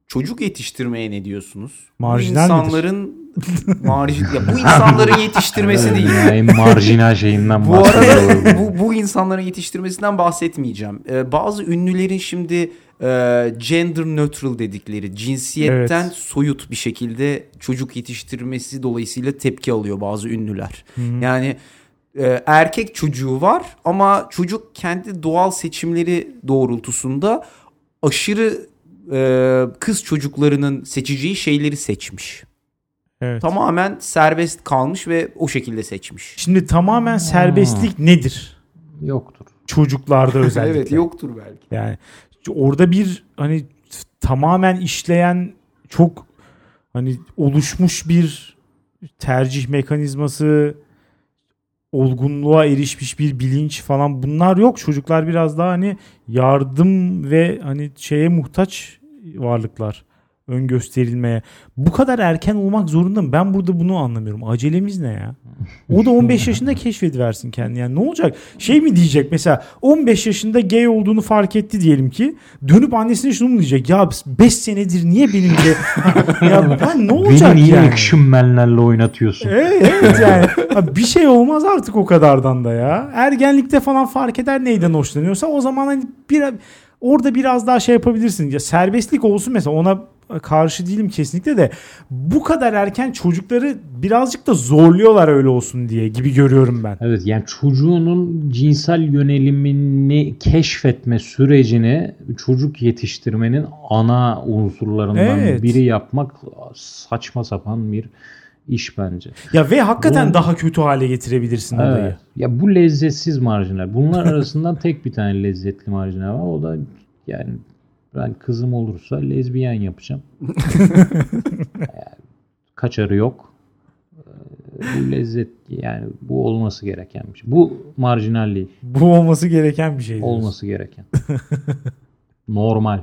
çocuk yetiştirmeye ne diyorsunuz? Marjinal bu insanların marjin ya bu insanların yetiştirmesi değil. Ya, en marjinal şeyinden Bu arada bu, bu insanların yetiştirmesinden bahsetmeyeceğim. Ee, bazı ünlülerin şimdi e, gender neutral dedikleri cinsiyetten evet. soyut bir şekilde çocuk yetiştirmesi dolayısıyla tepki alıyor bazı ünlüler. Hı-hı. Yani e, erkek çocuğu var ama çocuk kendi doğal seçimleri doğrultusunda aşırı e, kız çocuklarının seçeceği şeyleri seçmiş. Evet. Tamamen serbest kalmış ve o şekilde seçmiş. Şimdi tamamen serbestlik nedir? Yoktur. Çocuklarda özellikle. Evet, yoktur belki. Yani orada bir hani tamamen işleyen çok hani oluşmuş bir tercih mekanizması, olgunluğa erişmiş bir bilinç falan bunlar yok. Çocuklar biraz daha hani yardım ve hani şeye muhtaç varlıklar. Ön gösterilmeye. Bu kadar erken olmak zorunda mı? Ben burada bunu anlamıyorum. Acelemiz ne ya? O da on beş yaşında keşfediversin kendini. Yani ne olacak? Şey mi diyecek mesela on beş yaşında gay olduğunu fark etti diyelim ki. Dönüp annesine şunu mu diyecek? Ya beş senedir niye benimle ya ben ne olacak beni yani? Beni niye action man'lerle oynatıyorsun? Evet, evet yani. Bir şey olmaz artık o kadardan da ya. Ergenlikte falan fark eder neyden hoşlanıyorsa o zaman hani bir, orada biraz daha şey yapabilirsin. Ya serbestlik olsun mesela ona karşı değilim kesinlikle de bu kadar erken çocukları birazcık da zorluyorlar öyle olsun diye gibi görüyorum ben. Evet yani çocuğunun cinsel yönelimini keşfetme sürecini çocuk yetiştirmenin ana unsurlarından evet. biri yapmak saçma sapan bir iş bence. Ya ve hakikaten Bunun, daha kötü hale getirebilirsin evet. olayı. Ya bu lezzetsiz marjinal. Bunlar arasından tek bir tane lezzetli marjinal var. O da yani ben kızım olursa lezbiyen yapacağım. Yani kaçarı yok. Bu lezzet yani bu olması gereken bir şey. Bu marjinal değil. Bu olması gereken bir şey diyorsun. Olması gereken. Normal.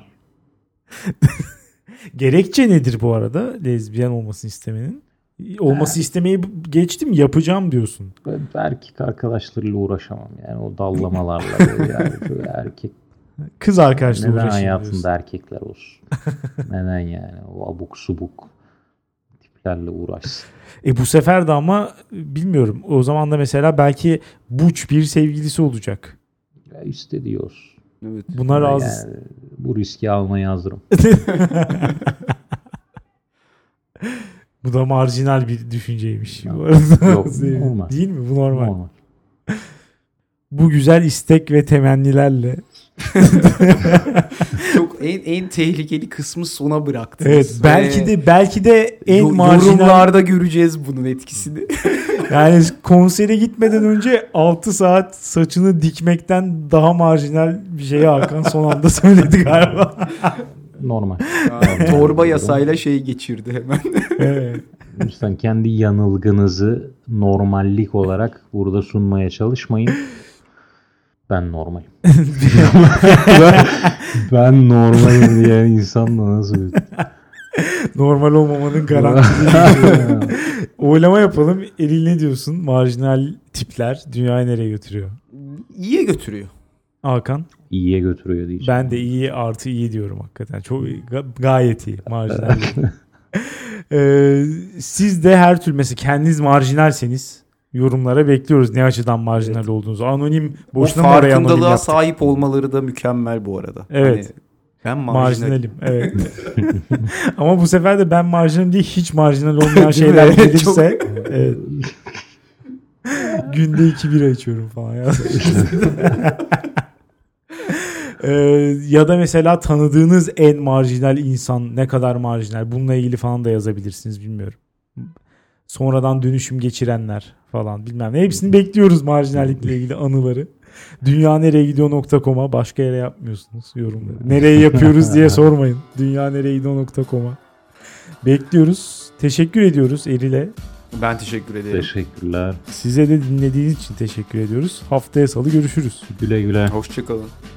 Gerekçe nedir bu arada lezbiyen olmasını istemenin? Olması yani, istemeyi geçtim yapacağım diyorsun. Erkek arkadaşlarıyla uğraşamam yani o dallamalarla böyle yani böyle erkek kız arkadaşla neden uğraşayım hayatında diyorsun. Erkekler olsun? Neden yani o abuk subuk tiplerle uğraşsın? E bu sefer de ama bilmiyorum. O zaman da mesela belki buç bir sevgilisi olacak. Ya istediği olsun. Evet. Buna razı. Yani, bu riski almaya hazırım. Bu da marjinal bir düşünceymiş. Yok, yok normal. Değil mi? Bu normal. normal. Bu güzel istek ve temennilerle çok en en tehlikeli kısmı sona bıraktınız. Evet, belki de belki de en Yo- marjinal yorumlarda göreceğiz bunun etkisini. Yani konsere gitmeden önce altı saat saçını dikmekten daha marjinal bir şeyi Hakan son anda söyledi galiba. Normal. Ya, torba yasayla şey geçirdi hemen. Evet. Lütfen kendi yanılgınızı normallik olarak burada sunmaya çalışmayın. Ben normalim. ben, ben normalim diye insanla nasıl bir... Normal olmamanın garantisi. Oylama yapalım. Eril ne diyorsun? Marjinal tipler dünyayı nereye götürüyor? İyiye götürüyor. Hakan? İyiye götürüyor diyeceğim. Ben de iyi artı iyi diyorum hakikaten. Çok gayet iyi. Marjinal. ee, siz de her türlü mesela kendiniz marjinalseniz yorumlara bekliyoruz ne açıdan marjinal evet. olduğunuzu. Anonim boşuna mı araya anonim yaptık? O farkındalığa sahip olmaları da mükemmel bu arada. Evet. Hani ben marjinalim. Evet. Ama bu sefer de ben marjinalim değil hiç marjinal olmayan şeyler gelirse Çok... evet. Günde iki bira içiyorum falan ya. ee, ya da mesela tanıdığınız en marjinal insan ne kadar marjinal bununla ilgili falan da yazabilirsiniz bilmiyorum. Sonradan dönüşüm geçirenler falan bilmem ne. Hepsini bekliyoruz marjinallikle ilgili anıları. dünya nereye gidiyor nokta com'a başka yere yapmıyorsunuz yorumları. Nereye yapıyoruz diye sormayın. dünya nereye gidiyor nokta com'a bekliyoruz. Teşekkür ediyoruz Eril'e. Ben teşekkür ederim. Teşekkürler. Size de dinlediğiniz için teşekkür ediyoruz. Haftaya salı görüşürüz. Güle güle. Hoşçakalın.